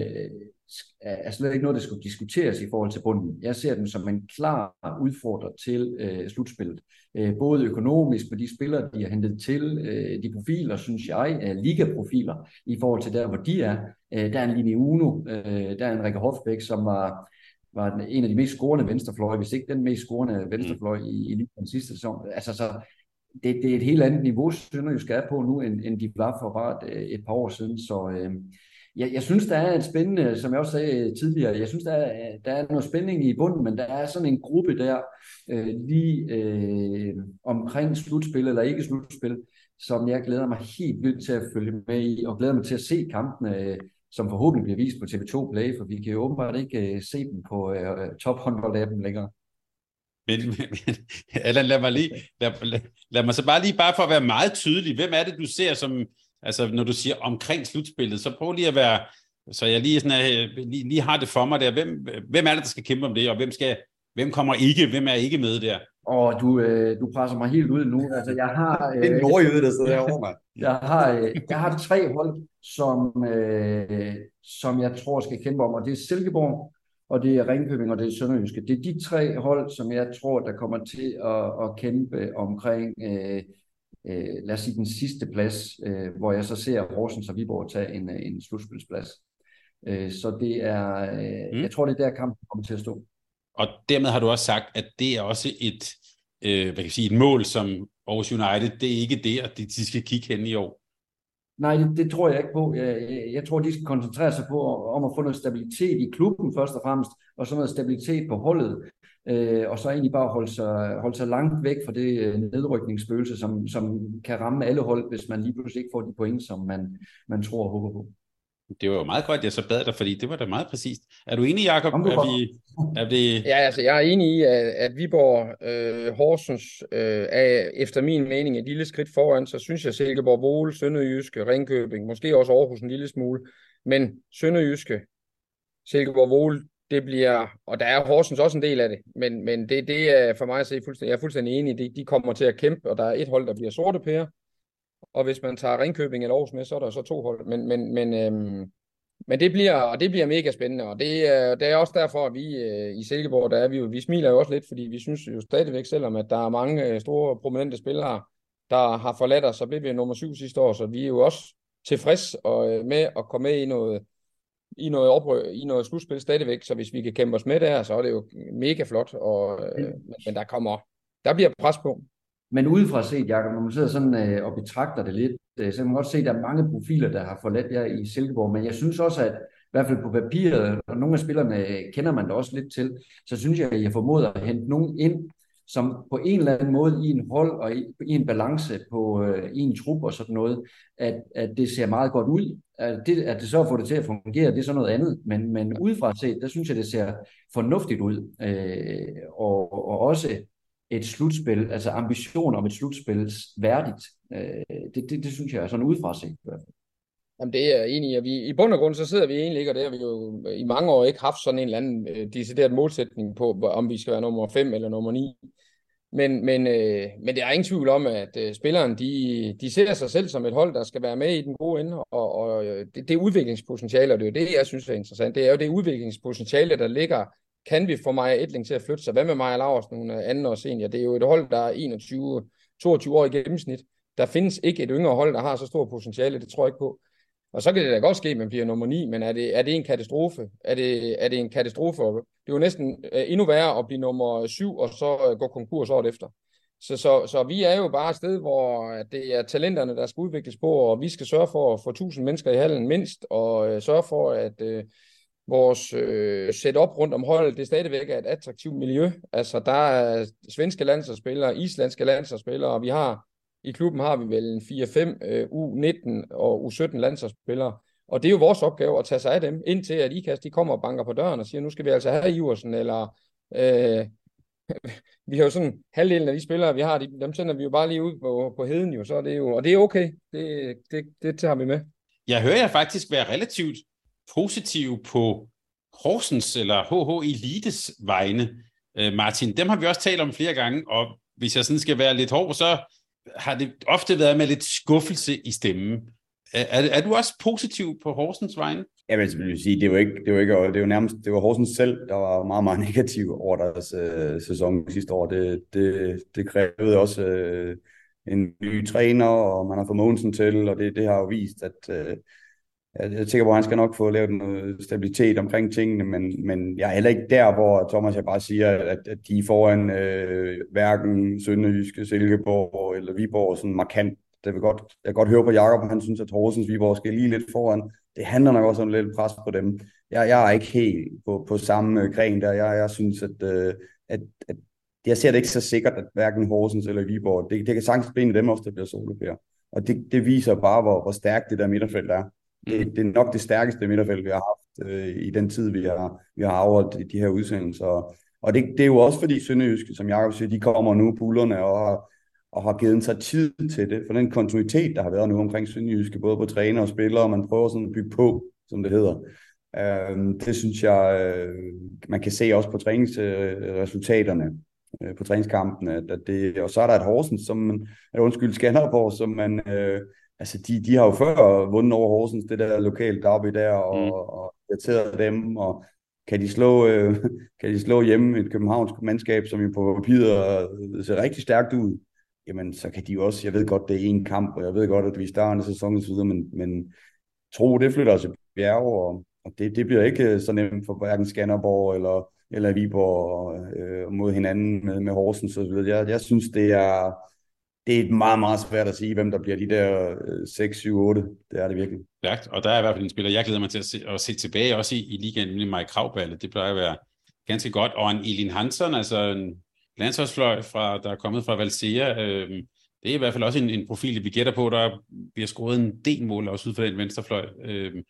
er slet ikke noget, der skal diskuteres i forhold til bunden. Jeg ser dem som en klar udfordrer til øh, slutspillet. Øh, både økonomisk med de spillere, de har hentet til, øh, de profiler, synes jeg, er ligaprofiler i forhold til der, hvor de er. Øh, der er en Line Uno, øh, der er en Rikke Hofbæk, som var, var en af de mest scorende venstrefløje, hvis ikke den mest scorende venstrefløj i, i den sidste sæson. Altså så Det, det er et helt andet niveau, Sønderjysk er på nu, end, end de var for bare et, et par år siden. Så øh, jeg, jeg synes, der er et spændende, som jeg også sagde tidligere, jeg synes, der er, der er noget spænding i bunden, men der er sådan en gruppe der øh, lige øh, omkring slutspil eller ikke slutspil, som jeg glæder mig helt vildt til at følge med i, og glæder mig til at se kampene, øh, som forhåbentlig bliver vist på T V to Play, for vi kan jo åbenbart ikke øh, se dem på øh, top-håndbold-appen længere. Men, men Allan, lad mig lige, lad, lad, lad mig så bare lige, bare for at være meget tydelig, hvem er det, du ser som, altså når du siger omkring slutspillet, så prøv lige at være, så jeg lige, sådan, lige, lige har det for mig der, hvem, hvem er det, der skal kæmpe om det, og hvem, skal, hvem kommer ikke, hvem er ikke med der? Åh, du, øh, du presser mig helt ud nu, altså jeg har... Øh, det er en nordjyde, der sidder herovre, mand. Jeg har, øh, jeg har tre hold, som, øh, som jeg tror skal kæmpe om, og det er Silkeborg, og det er Ringkøbing, og det er Sønderjyske. Det er de tre hold, som jeg tror, der kommer til at, at kæmpe omkring, øh, øh, lad os sige, den sidste plads, øh, hvor jeg så ser Horsens og Viborg tage en, en slutspilsplads. Øh, så det er, øh, mm. jeg tror, det er der kampen kommer til at stå. Og dermed har du også sagt, at det er også et, øh, hvad kan jeg sige, et mål, som Aarhus United, det er ikke det, at de skal kigge hen i år. Nej, det, det tror jeg ikke på. Jeg, jeg, jeg tror, de skal koncentrere sig på om at få noget stabilitet i klubben først og fremmest, og så noget stabilitet på holdet, øh, og så egentlig bare holde sig, holde sig langt væk fra det øh, nedrykningsspøgelse, som, som kan ramme alle hold, hvis man lige pludselig ikke får de point, som man, man tror og håber på. Det var jo meget godt, jeg så bad dig, fordi det var da meget præcist. Er du enig, Jacob? Kom du Er for. vi, er det... Ja, altså jeg er enig i, at, at Viborg øh, Horsens øh, er efter min mening et lille skridt foran, så synes jeg Silkeborg, Vole, Sønderjyske, Ringkøbing, måske også Aarhus en lille smule, men Sønderjyske, Silkeborg, Vole, det bliver, og der er Horsens også en del af det, men, men det, det er for mig at se fuldstændig, jeg er fuldstændig enig i, de, de kommer til at kæmpe, og der er et hold, der bliver sorte pærer, og hvis man tager Ringkøbing eller Aarhus med, så er der så to hold, men, men, men øhm, Men det bliver, og det bliver mega spændende, og det, er- det er også derfor, at vi øh, i Silkeborg, der er vi jo, vi smiler jo også lidt, fordi vi synes jo stadigvæk, selvom at der er mange øh, store prominente spillere, der har forladt os, så blev vi nummer syv sidste år, så vi er jo også tilfreds og, øh, med at komme med i noget, i noget, oprør, i noget slutspil stadigvæk, så hvis vi kan kæmpe os med der, så er det jo mega flot, og, øh, men, men der kommer, der bliver pres på. Men udefra set, Jacob, når man sidder sådan øh, og betragter det lidt, øh, så kan man godt se, at der er mange profiler, der har forladt jer i Silkeborg, men jeg synes også, at i hvert fald på papiret, og nogle af spillerne kender man da også lidt til, så synes jeg, at jeg formoder at hente nogen ind, som på en eller anden måde i en hold og i, i en balance på øh, i en trup og sådan noget, at, at det ser meget godt ud. At det, at det så får det til at fungere, det er så noget andet, men, men udefra set, der synes jeg, det ser fornuftigt ud, øh, og, og også et slutspil, altså ambition om et slutspil værdigt. Øh, det, det, det synes jeg er sådan udefra set. i hvert fald. Jamen det er jeg enig i, at vi i bund og grund, så sidder vi egentlig ikke, og det har vi jo i mange år ikke haft sådan en eller anden øh, decideret målsætning på, om vi skal være nummer fem eller nummer ni. Men, men, øh, men det er ingen tvivl om, at øh, spilleren, de, de ser sig selv som et hold, der skal være med i den gode ende, og, og øh, det, det udviklingspotentiale, og det er jo det, jeg synes er interessant, det er jo det udviklingspotentiale, der ligger. Kan vi få Maja Edling til at flytte sig? Hvad med Maja Laursen, hun er anden år senior? Det er jo et hold, der er enogtyve toogtyve år i gennemsnit. Der findes ikke et yngre hold, der har så stor potentiale, det tror jeg ikke på. Og så kan det da godt ske, at man bliver nummer ni, men er det, er det en katastrofe? Er det, er det en katastrofe? Det er jo næsten endnu værre at blive nummer syv, og så gå konkurs året efter. Så, så, så vi er jo bare et sted, hvor det er talenterne, der skal udvikles på, og vi skal sørge for at få tusind mennesker i hallen mindst, og sørge for, at øh, vores øh, setup rundt om holdet, det stadigvæk er et attraktivt miljø. Altså, der er svenske landsholdsspillere, islandske landsholdsspillere, og vi har i klubben har vi vel en fire fem øh, U nitten og U sytten landsholdsspillere. Og det er jo vores opgave at tage sig af dem, indtil at I K A S, de kommer og banker på døren og siger, nu skal vi altså have Iversen, eller øh, vi har jo sådan halvdelen af de spillere, vi har, de, dem sender vi jo bare lige ud på, på heden jo, så er det jo, og det er okay, det, det, det tager vi med. Jeg hører jer faktisk være relativt positiv på Horsens eller H H Elites vegne, øh, Martin. Dem har vi også talt om flere gange, og hvis jeg sådan skal være lidt hård, så har det ofte været med lidt skuffelse i stemmen. Er, er, er du også positiv på Horsens vegne? Jeg vil selvfølgelig sige, det var ikke, det var ikke, det var nærmest, det var Horsens selv, der var meget, meget negativ over deres øh, sæson sidste år. Det, det, det krævede også øh, en ny træner, og man har fået Mogensen til, og det, det har jo vist, at øh, jeg er sikker på, at han skal nok få lavet noget stabilitet omkring tingene, men, men jeg er heller ikke der, hvor Thomas jeg bare siger, at, at de er foran øh, hverken Sønderjyske, Silkeborg eller Viborg sådan markant. Det vil godt, jeg kan godt høre på Jacob, han synes, at Horsens Viborg skal lige lidt foran. Det handler nok også om lidt pres på dem. Jeg, jeg er ikke helt på, på samme gren der. Jeg, jeg synes, at, øh, at, at jeg ser det ikke så sikkert, at hverken Horsens eller Viborg, det, det kan sagtens blive en af dem også, der bliver solopærer. Og det, det viser bare, hvor, hvor stærkt det der midterfelt er. Det, det er nok det stærkeste midterfelt, vi har haft øh, i den tid, vi har, vi har afholdt de, de her udsendelser. Og det, det er jo også fordi Sønderjyske, som Jacob siger, de kommer nu pullerne og, og har givet sig tid til det. For den kontinuitet, der har været nu omkring Sønderjyske, både på træner og spillere, og man prøver sådan at bygge på, som det hedder. Øh, det synes jeg, øh, man kan se også på træningsresultaterne, øh, på træningskampene. At det, og så er der et Horsens, som man, at undskyld, Skanderborg, som man... Øh, Altså, de, de har jo før vundet over Horsens, det der lokale derby der, og, mm. og irriteret dem, og kan de slå, øh, kan de slå hjemme et københavnsk mandskab, som jo på papiret ser rigtig stærkt ud, jamen, så kan de jo også, jeg ved godt, det er en kamp, og jeg ved godt, at vi er starten af sæsonen og så videre, men, men tro, det flytter os i bjerge, og, og det, det bliver ikke så nemt for hverken Skanderborg eller, eller Viborg øh, mod hinanden med, med Horsens og så videre. Jeg, jeg synes, det er... Det er meget, meget svært at sige, hvem der bliver de der seks, syv, otte. Det er det virkelig. Stærkt, og der er i hvert fald en spiller, jeg glæder mig til at se, at se tilbage, også i, i ligaen, nemlig Mike Kragballe. Det plejer at være ganske godt. Og en Elin Hansson, altså en landsholdsfløj, fra, der er kommet fra Valsea. Øh, det er i hvert fald også en, en profil, vi gætter på. Der bliver scoret en del mål også ud fra den venstrefløj. Øh,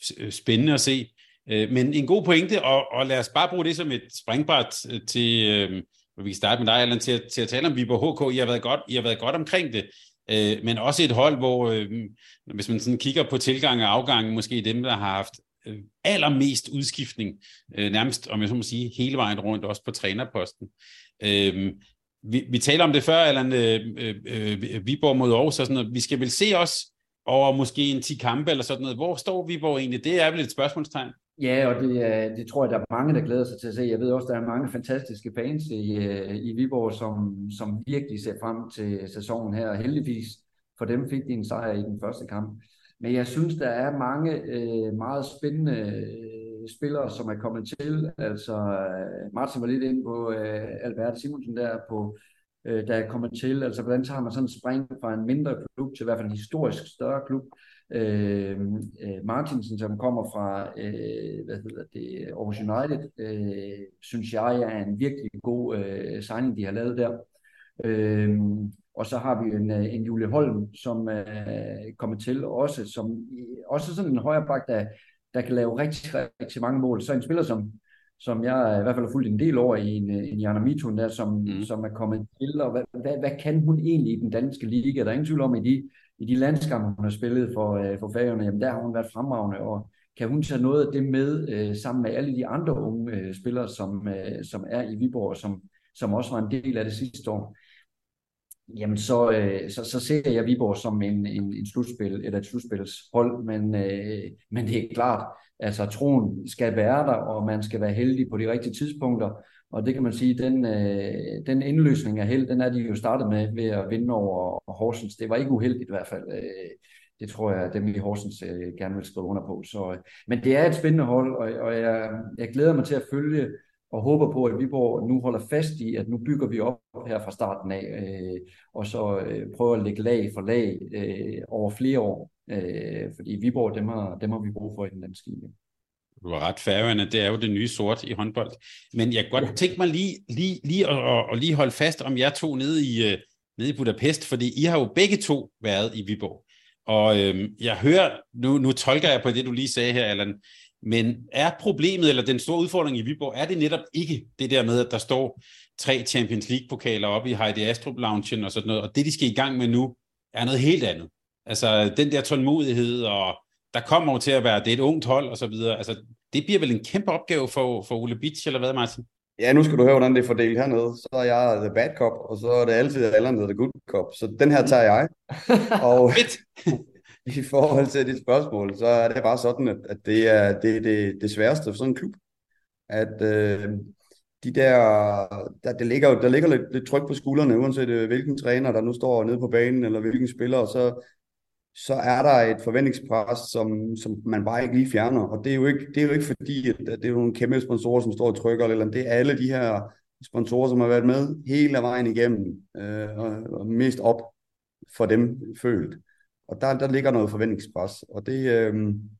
spændende at se. Men en god pointe, og, og lad os bare bruge det som et springbræt til, øh, vi kan starte med dig, Allan, til, til at tale om Viborg H K. I har været godt, I har været godt omkring det, øh, men også et hold, hvor øh, hvis man sådan kigger på tilgang og afgang, måske dem, der har haft øh, allermest udskiftning, øh, nærmest, om jeg så må sige, hele vejen rundt, også på trænerposten. Øh, vi, vi taler om det før, Allan, øh, øh, Viborg mod Aarhus, og sådan noget. Vi skal vel se os over måske en ti kampe eller sådan noget. Hvor står Viborg egentlig? Det er vel et spørgsmålstegn. Ja, og det, det tror jeg, der er mange, der glæder sig til at se. Jeg ved også, der er mange fantastiske fans i, i Viborg, som, som virkelig ser frem til sæsonen her. Heldigvis for dem fik de en sejr i den første kamp. Men jeg synes, der er mange øh, meget spændende spillere, som er kommet til. Altså, Martin var lidt inde på øh, Albert Simonsen der, på, øh, der er kommet til. Altså, hvordan tager man sådan en spring fra en mindre klub til i hvert fald en historisk større klub? Øh, Martinsen, som kommer fra øh, hvad hedder det, Aarhus United, øh, synes jeg er en virkelig god øh, signing, de har lavet der. Øh, og så har vi en, en Julie Holm, som er øh, kommet til også, som også sådan en højre bak, der, der kan lave rigtig, rigtig mange mål. Så en spiller, som, som jeg i hvert fald har fulgt en del over i en, en Jana Mitun der, som, mm. som er kommet til, og hvad, hvad, hvad kan hun egentlig i den danske liga? Der er ingen tvivl om, i de I de landskampe, hun har spillet for, øh, for Færøerne, jamen der har hun været fremragende, og kan hun tage noget af det med øh, sammen med alle de andre unge øh, spillere, som, øh, som er i Viborg, og som, som også var en del af det sidste år, jamen så, øh, så, så ser jeg Viborg som en, en, en slutspil, eller et slutspilshold, men, øh, men det er klart, altså troen skal være der, og man skal være heldig på de rigtige tidspunkter, og det kan man sige, den, øh, den indløsning af held, den er de jo startet med ved at vinde over Horsens. Det var ikke uheldigt i hvert fald. Øh, det tror jeg, dem i Horsens øh, gerne vil skrive under på. Så, øh, men det er et spændende hold, og, og jeg, jeg glæder mig til at følge og håber på, at Viborg nu holder fast i, at nu bygger vi op her fra starten af, øh, og så øh, prøver at lægge lag for lag øh, over flere år. Øh, fordi Viborg, dem har, dem har vi brug for i den danske liga. Du var ret, Færøerne, det er jo det nye sort i håndbold. Men jeg kunne godt tænke mig lige, lige, lige at, at, at lige holde fast om jer to nede i, uh, nede i Budapest, fordi I har jo begge to været i Viborg. Og øhm, jeg hører, nu, nu tolker jeg på det, du lige sagde her, Allan, men er problemet, eller den store udfordring i Viborg, er det netop ikke det der med, at der står tre Champions League-pokaler oppe i Heidi Astrup-loungen og sådan noget, og det, de skal i gang med nu, er noget helt andet. Altså, den der tålmodighed, og der kommer jo til at være, det er et ungt hold, og så videre. Altså, det bliver vel en kæmpe opgave for, for Ole Bitsch, eller hvad, Martin? Ja, nu skal du høre, hvordan det er fordelt hernede. Så er jeg the bad cop, og så er det altid Allan, der er the good cop. Så den her tager jeg. Og i forhold til dit spørgsmål, så er det bare sådan, at, at det er det, det, det sværeste for sådan en klub. At øh, de der, der, der, ligger, der ligger lidt, lidt tryk på skuldrene, uanset hvilken træner, der nu står nede på banen, eller hvilken spiller, så så er der et forventningspres, som, som man bare ikke lige fjerner. Og det er jo ikke, det er jo ikke fordi, at det er nogle kæmpe sponsorer, som står og trykker, eller det er alle de her sponsorer, som har været med hele vejen igennem, øh, og, og mest op for dem følt. Og der, der ligger noget forventningspres, og det, øh,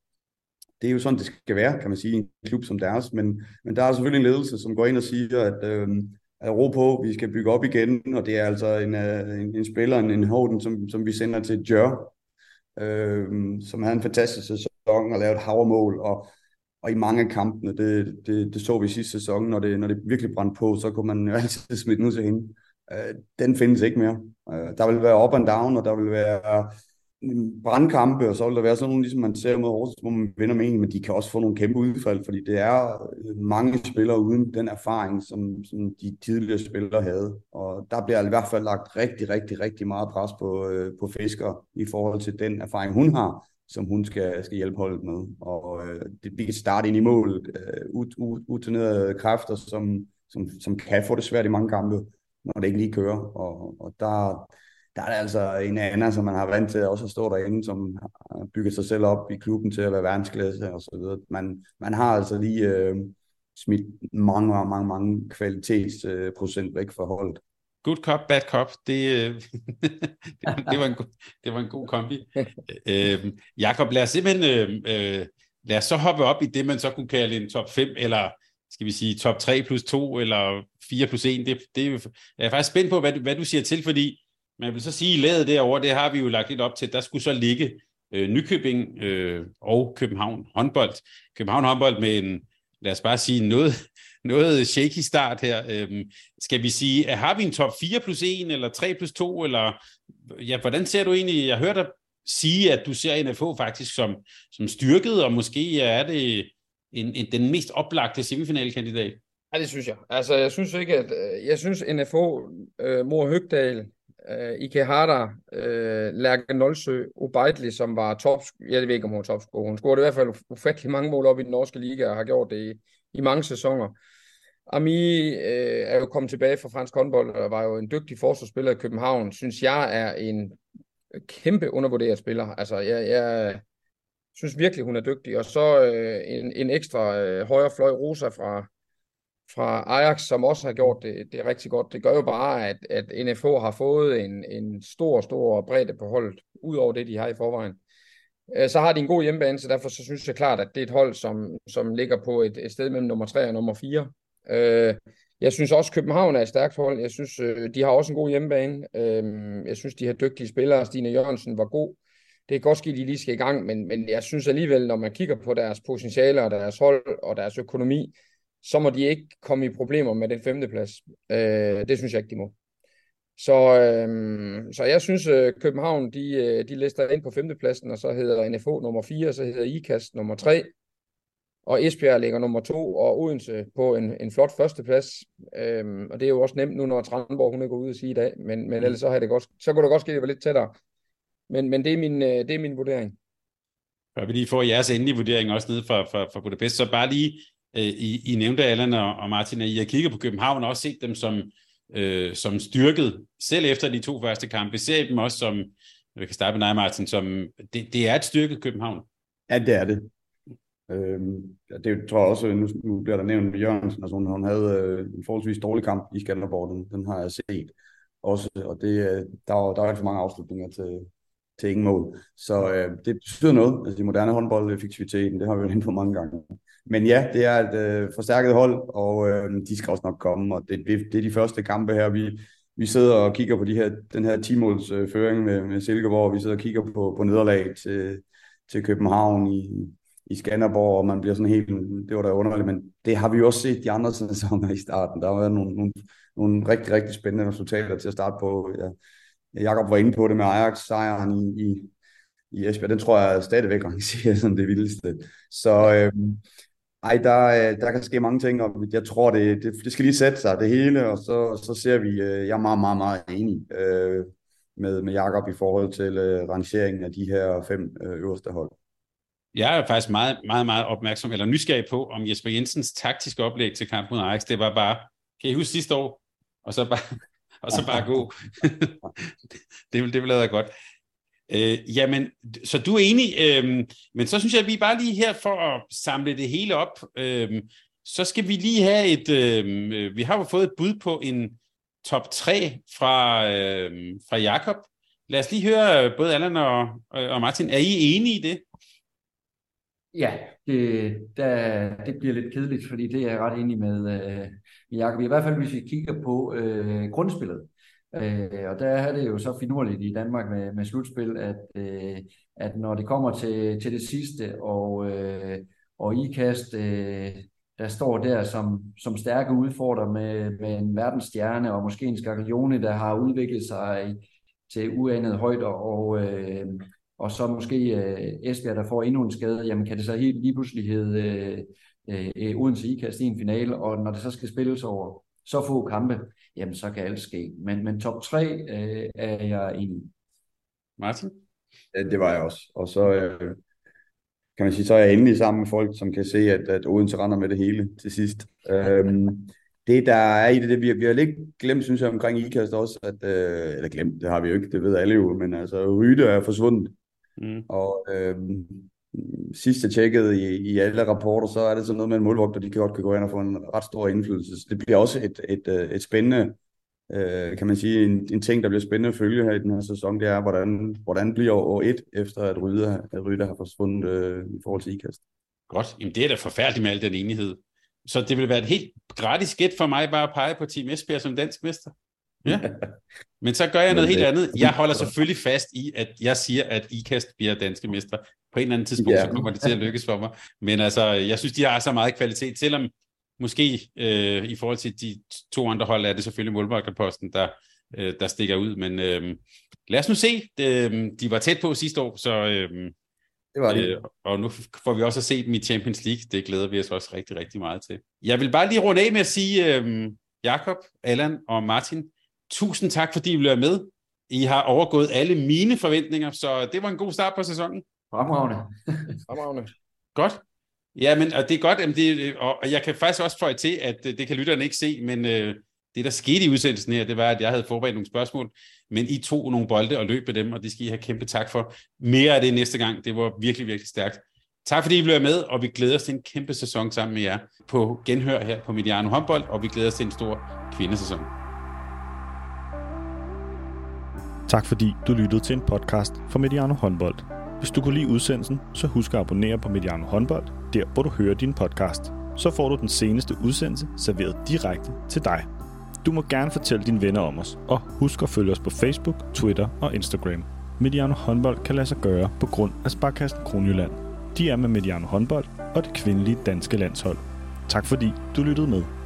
det er jo sådan, det skal være, kan man sige, i en klub som deres. Men, men der er selvfølgelig en ledelse, som går ind og siger, at, øh, at ro på, vi skal bygge op igen, og det er altså en, en, en spiller, en, en Håden, som, som vi sender til Djør, Øh, som havde en fantastisk sæson og lavede et havermål, og, og i mange af kampene, det, det, det så vi i sidste sæson, når det, når det virkelig brændte på, så kunne man jo altid smide den ud til hende. Øh, den findes ikke mere. Øh, der vil være up and down, og der vil være brandkampe, og så vil der være sådan nogle, ligesom man ser mod Aarhus, hvor man vinder med en, men de kan også få nogle kæmpe udfald, fordi det er mange spillere uden den erfaring, som, som de tidligere spillere havde. Og der bliver i hvert fald lagt rigtig, rigtig, rigtig meget pres på, øh, på Fisker i forhold til den erfaring, hun har, som hun skal, skal hjælpe holdet med. Og øh, det, vi kan starte ind i mål, øh, uturnerede kræfter, som, som, som kan få det svært i mange kampe, når det ikke lige kører. Og, og der Der er der altså en anden, som man har vant til også at stå derinde, som har bygget sig selv op i klubben til at være verdensklasse og så videre. Man, man har altså lige øh, smidt mange, mange, mange kvalitetsprocent øh, væk fra holdet. Good cop, bad cop. Det, det, var, en, det var en god kombi. øh, Jakob, lad os simpelthen øh, lad os så hoppe op i det, man så kunne kalde en top fem, eller skal vi sige top tre plus to, eller fire plus en. Det, det er, jeg er faktisk spændt på, hvad du, hvad du siger til, fordi man vil så sige, at laget derovre, det har vi jo lagt lidt op til, der skulle så ligge øh, Nykøbing øh, og København håndbold. København håndbold med en, lad os bare sige, noget, noget shaky start her. Øhm, skal vi sige, at har vi en top fire plus en, eller tre plus to, eller ja, hvordan ser du egentlig, jeg hørte dig sige, at du ser N F H faktisk som, som styrket, og måske er det en, en, den mest oplagte semifinalekandidat. Ja, det synes jeg. Altså, jeg synes ikke, at... Jeg synes, N F H, øh, Mor Høgdal, øh, Ikehata, øh, Lærke Nolsø, Ubejdli, som var top... Jeg ved ikke, om hun var topscorer. Hun scorede i hvert fald ufattelig mange mål op i den norske liga, og har gjort det i, i mange sæsoner. Ami øh, er jo kommet tilbage fra fransk håndbold, og var jo en dygtig forsvarsspiller i København. Synes jeg er en kæmpe undervurderet spiller. Altså, jeg... jeg synes virkelig, hun er dygtig. Og så øh, en, en ekstra øh, højre fløj, Rosa fra... fra Ajax, som også har gjort det, det rigtig godt. Det gør jo bare, at, at N F H har fået en, en stor, stor bredde på holdet, ud over det, de har i forvejen. Så har de en god hjemmebane, så derfor så synes jeg klart, at det er et hold, som, som ligger på et, et sted mellem nummer tre og nummer fire. Jeg synes også, København er et stærkt hold. Jeg synes, de har også en god hjemmebane. Jeg synes, de har dygtige spillere. Stine Jørgensen var god. Det kan godt ske, at de lige skal i gang, men, men jeg synes alligevel, når man kigger på deres potentialer, deres hold og deres økonomi, så må de ikke komme i problemer med den femteplads. Øh, det synes jeg ikke, de må. Så, øh, så jeg synes, at København, de, de lister ind på femtepladsen, og så hedder N F H nummer fire, så hedder IKAST nummer tre, og Esbjerg ligger nummer to, og Odense på en, en flot førsteplads. Øh, og det er jo også nemt nu, når Tranborg, hun er gået ud og sige i dag, men, men ellers så, har det godt, så kunne det godt ske, at det var lidt tættere. Men, men det, er min, det er min vurdering. Før vi lige får jeres endelige vurdering også nede fra, fra, fra Budapest, så bare lige, I, I nævnte Allan og, og Martin, at I har kigget på København og også set dem som, øh, som styrket, selv efter de to første kampe. Ser I dem også som, vi kan starte med dig, Martin, som det, det er et styrket København? Ja, det er det. Øhm, det tror jeg også, nu, nu bliver der nævnt Jørgensen, altså hun, hun havde øh, en forholdsvis dårlig kamp i Skanderborg, den, den har jeg set også, og det, der var, der var alt for mange afslutninger til, til ingen mål. Så øh, det betyder noget, altså de moderne håndboldeffektiviteten, det har vi jo inde på mange gange. Men ja, det er et øh, forstærket hold, og øh, de skal også nok komme, og det, det, det er de første kampe her. Vi, vi sidder og kigger på de her, den her ti-måls øh, føring med, med Silkeborg, vi sidder og kigger på, på nederlag til, til København i, i Skanderborg, og man bliver sådan helt, det var da underligt, men det har vi jo også set de andre sæsoner i starten. Der har været nogle, nogle, nogle rigtig, rigtig spændende resultater til at starte på. Ja, Jakob var inde på det med Ajax-sejren i, i, i Esbjerg, den tror jeg stadigvæk rangerer som det vildeste. Så øh, ej, der, der kan ske mange ting, og jeg tror, det, det, det skal lige sætte sig, det hele, og så, så ser vi, jeg er meget, meget, meget enig øh, med, med Jakob i forhold til øh, rangeringen af de her fem øh, øverste hold. Jeg er faktisk meget, meget, meget opmærksom, eller nysgerrig på, om Jesper Jensens taktiske oplæg til kampen mod Ajax, det var bare, kan I huske sidste år, og så bare, og så bare gå. det vil det vil lade godt. Øh, jamen, så du er enig, øh, men så synes jeg, at vi bare lige her for at samle det hele op, øh, så skal vi lige have et, øh, vi har jo fået et bud på en top tre fra, øh, fra Jakob. Lad os lige høre både Allan og, og Martin, er I enige i det? Ja, det, der, det bliver lidt kedeligt, fordi det er jeg ret enig med øh, Jakob. I hvert fald, hvis vi kigger på øh, grundspillet. Øh, og der er det jo så finurligt i Danmark med, med slutspil, at, øh, at når det kommer til, til det sidste, og, øh, og IKAST, øh, der står der som, som stærke udfordrer med, med en verdensstjerne, og måske en Scaglione, der har udviklet sig til uanede højder, og, øh, og så måske øh, Esbjerg, der får endnu en skade, jamen kan det så helt lige pludselig hedde øh, øh, Odense IKAST i en finale, og når det så skal spilles over så få kampe, jamen så kan alt ske. Men, men top tre øh, er jeg enig i. Martin? Ja, det var jeg også. Og så øh, kan man sige, så er jeg endelig sammen med folk, som kan se, at, at Odense render med det hele til sidst. øhm, det der er i det, det vi, har, vi har lidt glemt, synes jeg, omkring IKAST også, at, øh, eller glemt, det har vi jo ikke, det ved alle jo, men altså Ryde er forsvundet. Mm. Og øh, sidst jeg tjekkede i, i alle rapporter, så er det sådan noget med en målvogter, de kan godt kan gå ind og få en ret stor indflydelse. Så det bliver også et, et, et spændende, øh, kan man sige, en, en ting, der bliver spændende at følge her i den her sæson, det er, hvordan, hvordan bliver år et, efter at Ryde, at Ryde har forsvundet øh, i forhold til IKAST. Godt, jamen det er da forfærdeligt med al den enighed. Så det vil være et helt gratis gæt for mig bare at pege på Team Esbjerg som dansk mester? Ja, men så gør jeg noget helt andet. Jeg holder selvfølgelig fast i, at jeg siger, at IKAST bliver danske mestre. På en eller anden tidspunkt, ja. Så kommer det til at lykkes for mig. Men altså, jeg synes, de har så meget kvalitet, selvom måske øh, i forhold til de to andre hold, er det selvfølgelig målvogterposten, der, øh, der stikker ud. Men øh, lad os nu se. De, de var tæt på sidste år, så... Øh, Det var det. Øh, og nu får vi også at se dem i Champions League. Det glæder vi os også rigtig, rigtig meget til. Jeg vil bare lige runde af med at sige, øh, Jakob, Allan og Martin, tusind tak, fordi I ville være med. I har overgået alle mine forventninger, så det var en god start på sæsonen. Fremragende. Fremragende. Godt. Ja, men og det er godt, jamen det, og jeg kan faktisk også føje til, at det kan lytterne ikke se, men øh, det, der skete i udsendelsen her, det var, at jeg havde forberedt nogle spørgsmål, men I tog nogle bolde og løb med dem, og det skal I have kæmpe tak for. Mere af det næste gang. Det var virkelig, virkelig stærkt. Tak fordi I blev med, og vi glæder os til en kæmpe sæson sammen med jer på genhør her på Mediano Håndbold, og vi glæder os til en stor kvindesæson. Tak fordi du lyttede til en podcast fra Mediano Håndbold. Hvis du kunne lide udsendelsen, så husk at abonnere på Mediano Håndbold, der hvor du hører din podcast. Så får du den seneste udsendelse serveret direkte til dig. Du må gerne fortælle dine venner om os, og husk at følge os på Facebook, Twitter og Instagram. Mediano Håndbold kan lade sig gøre på grund af Sparkassen Kronjylland. De er med Mediano Håndbold og det kvindelige danske landshold. Tak fordi du lyttede med.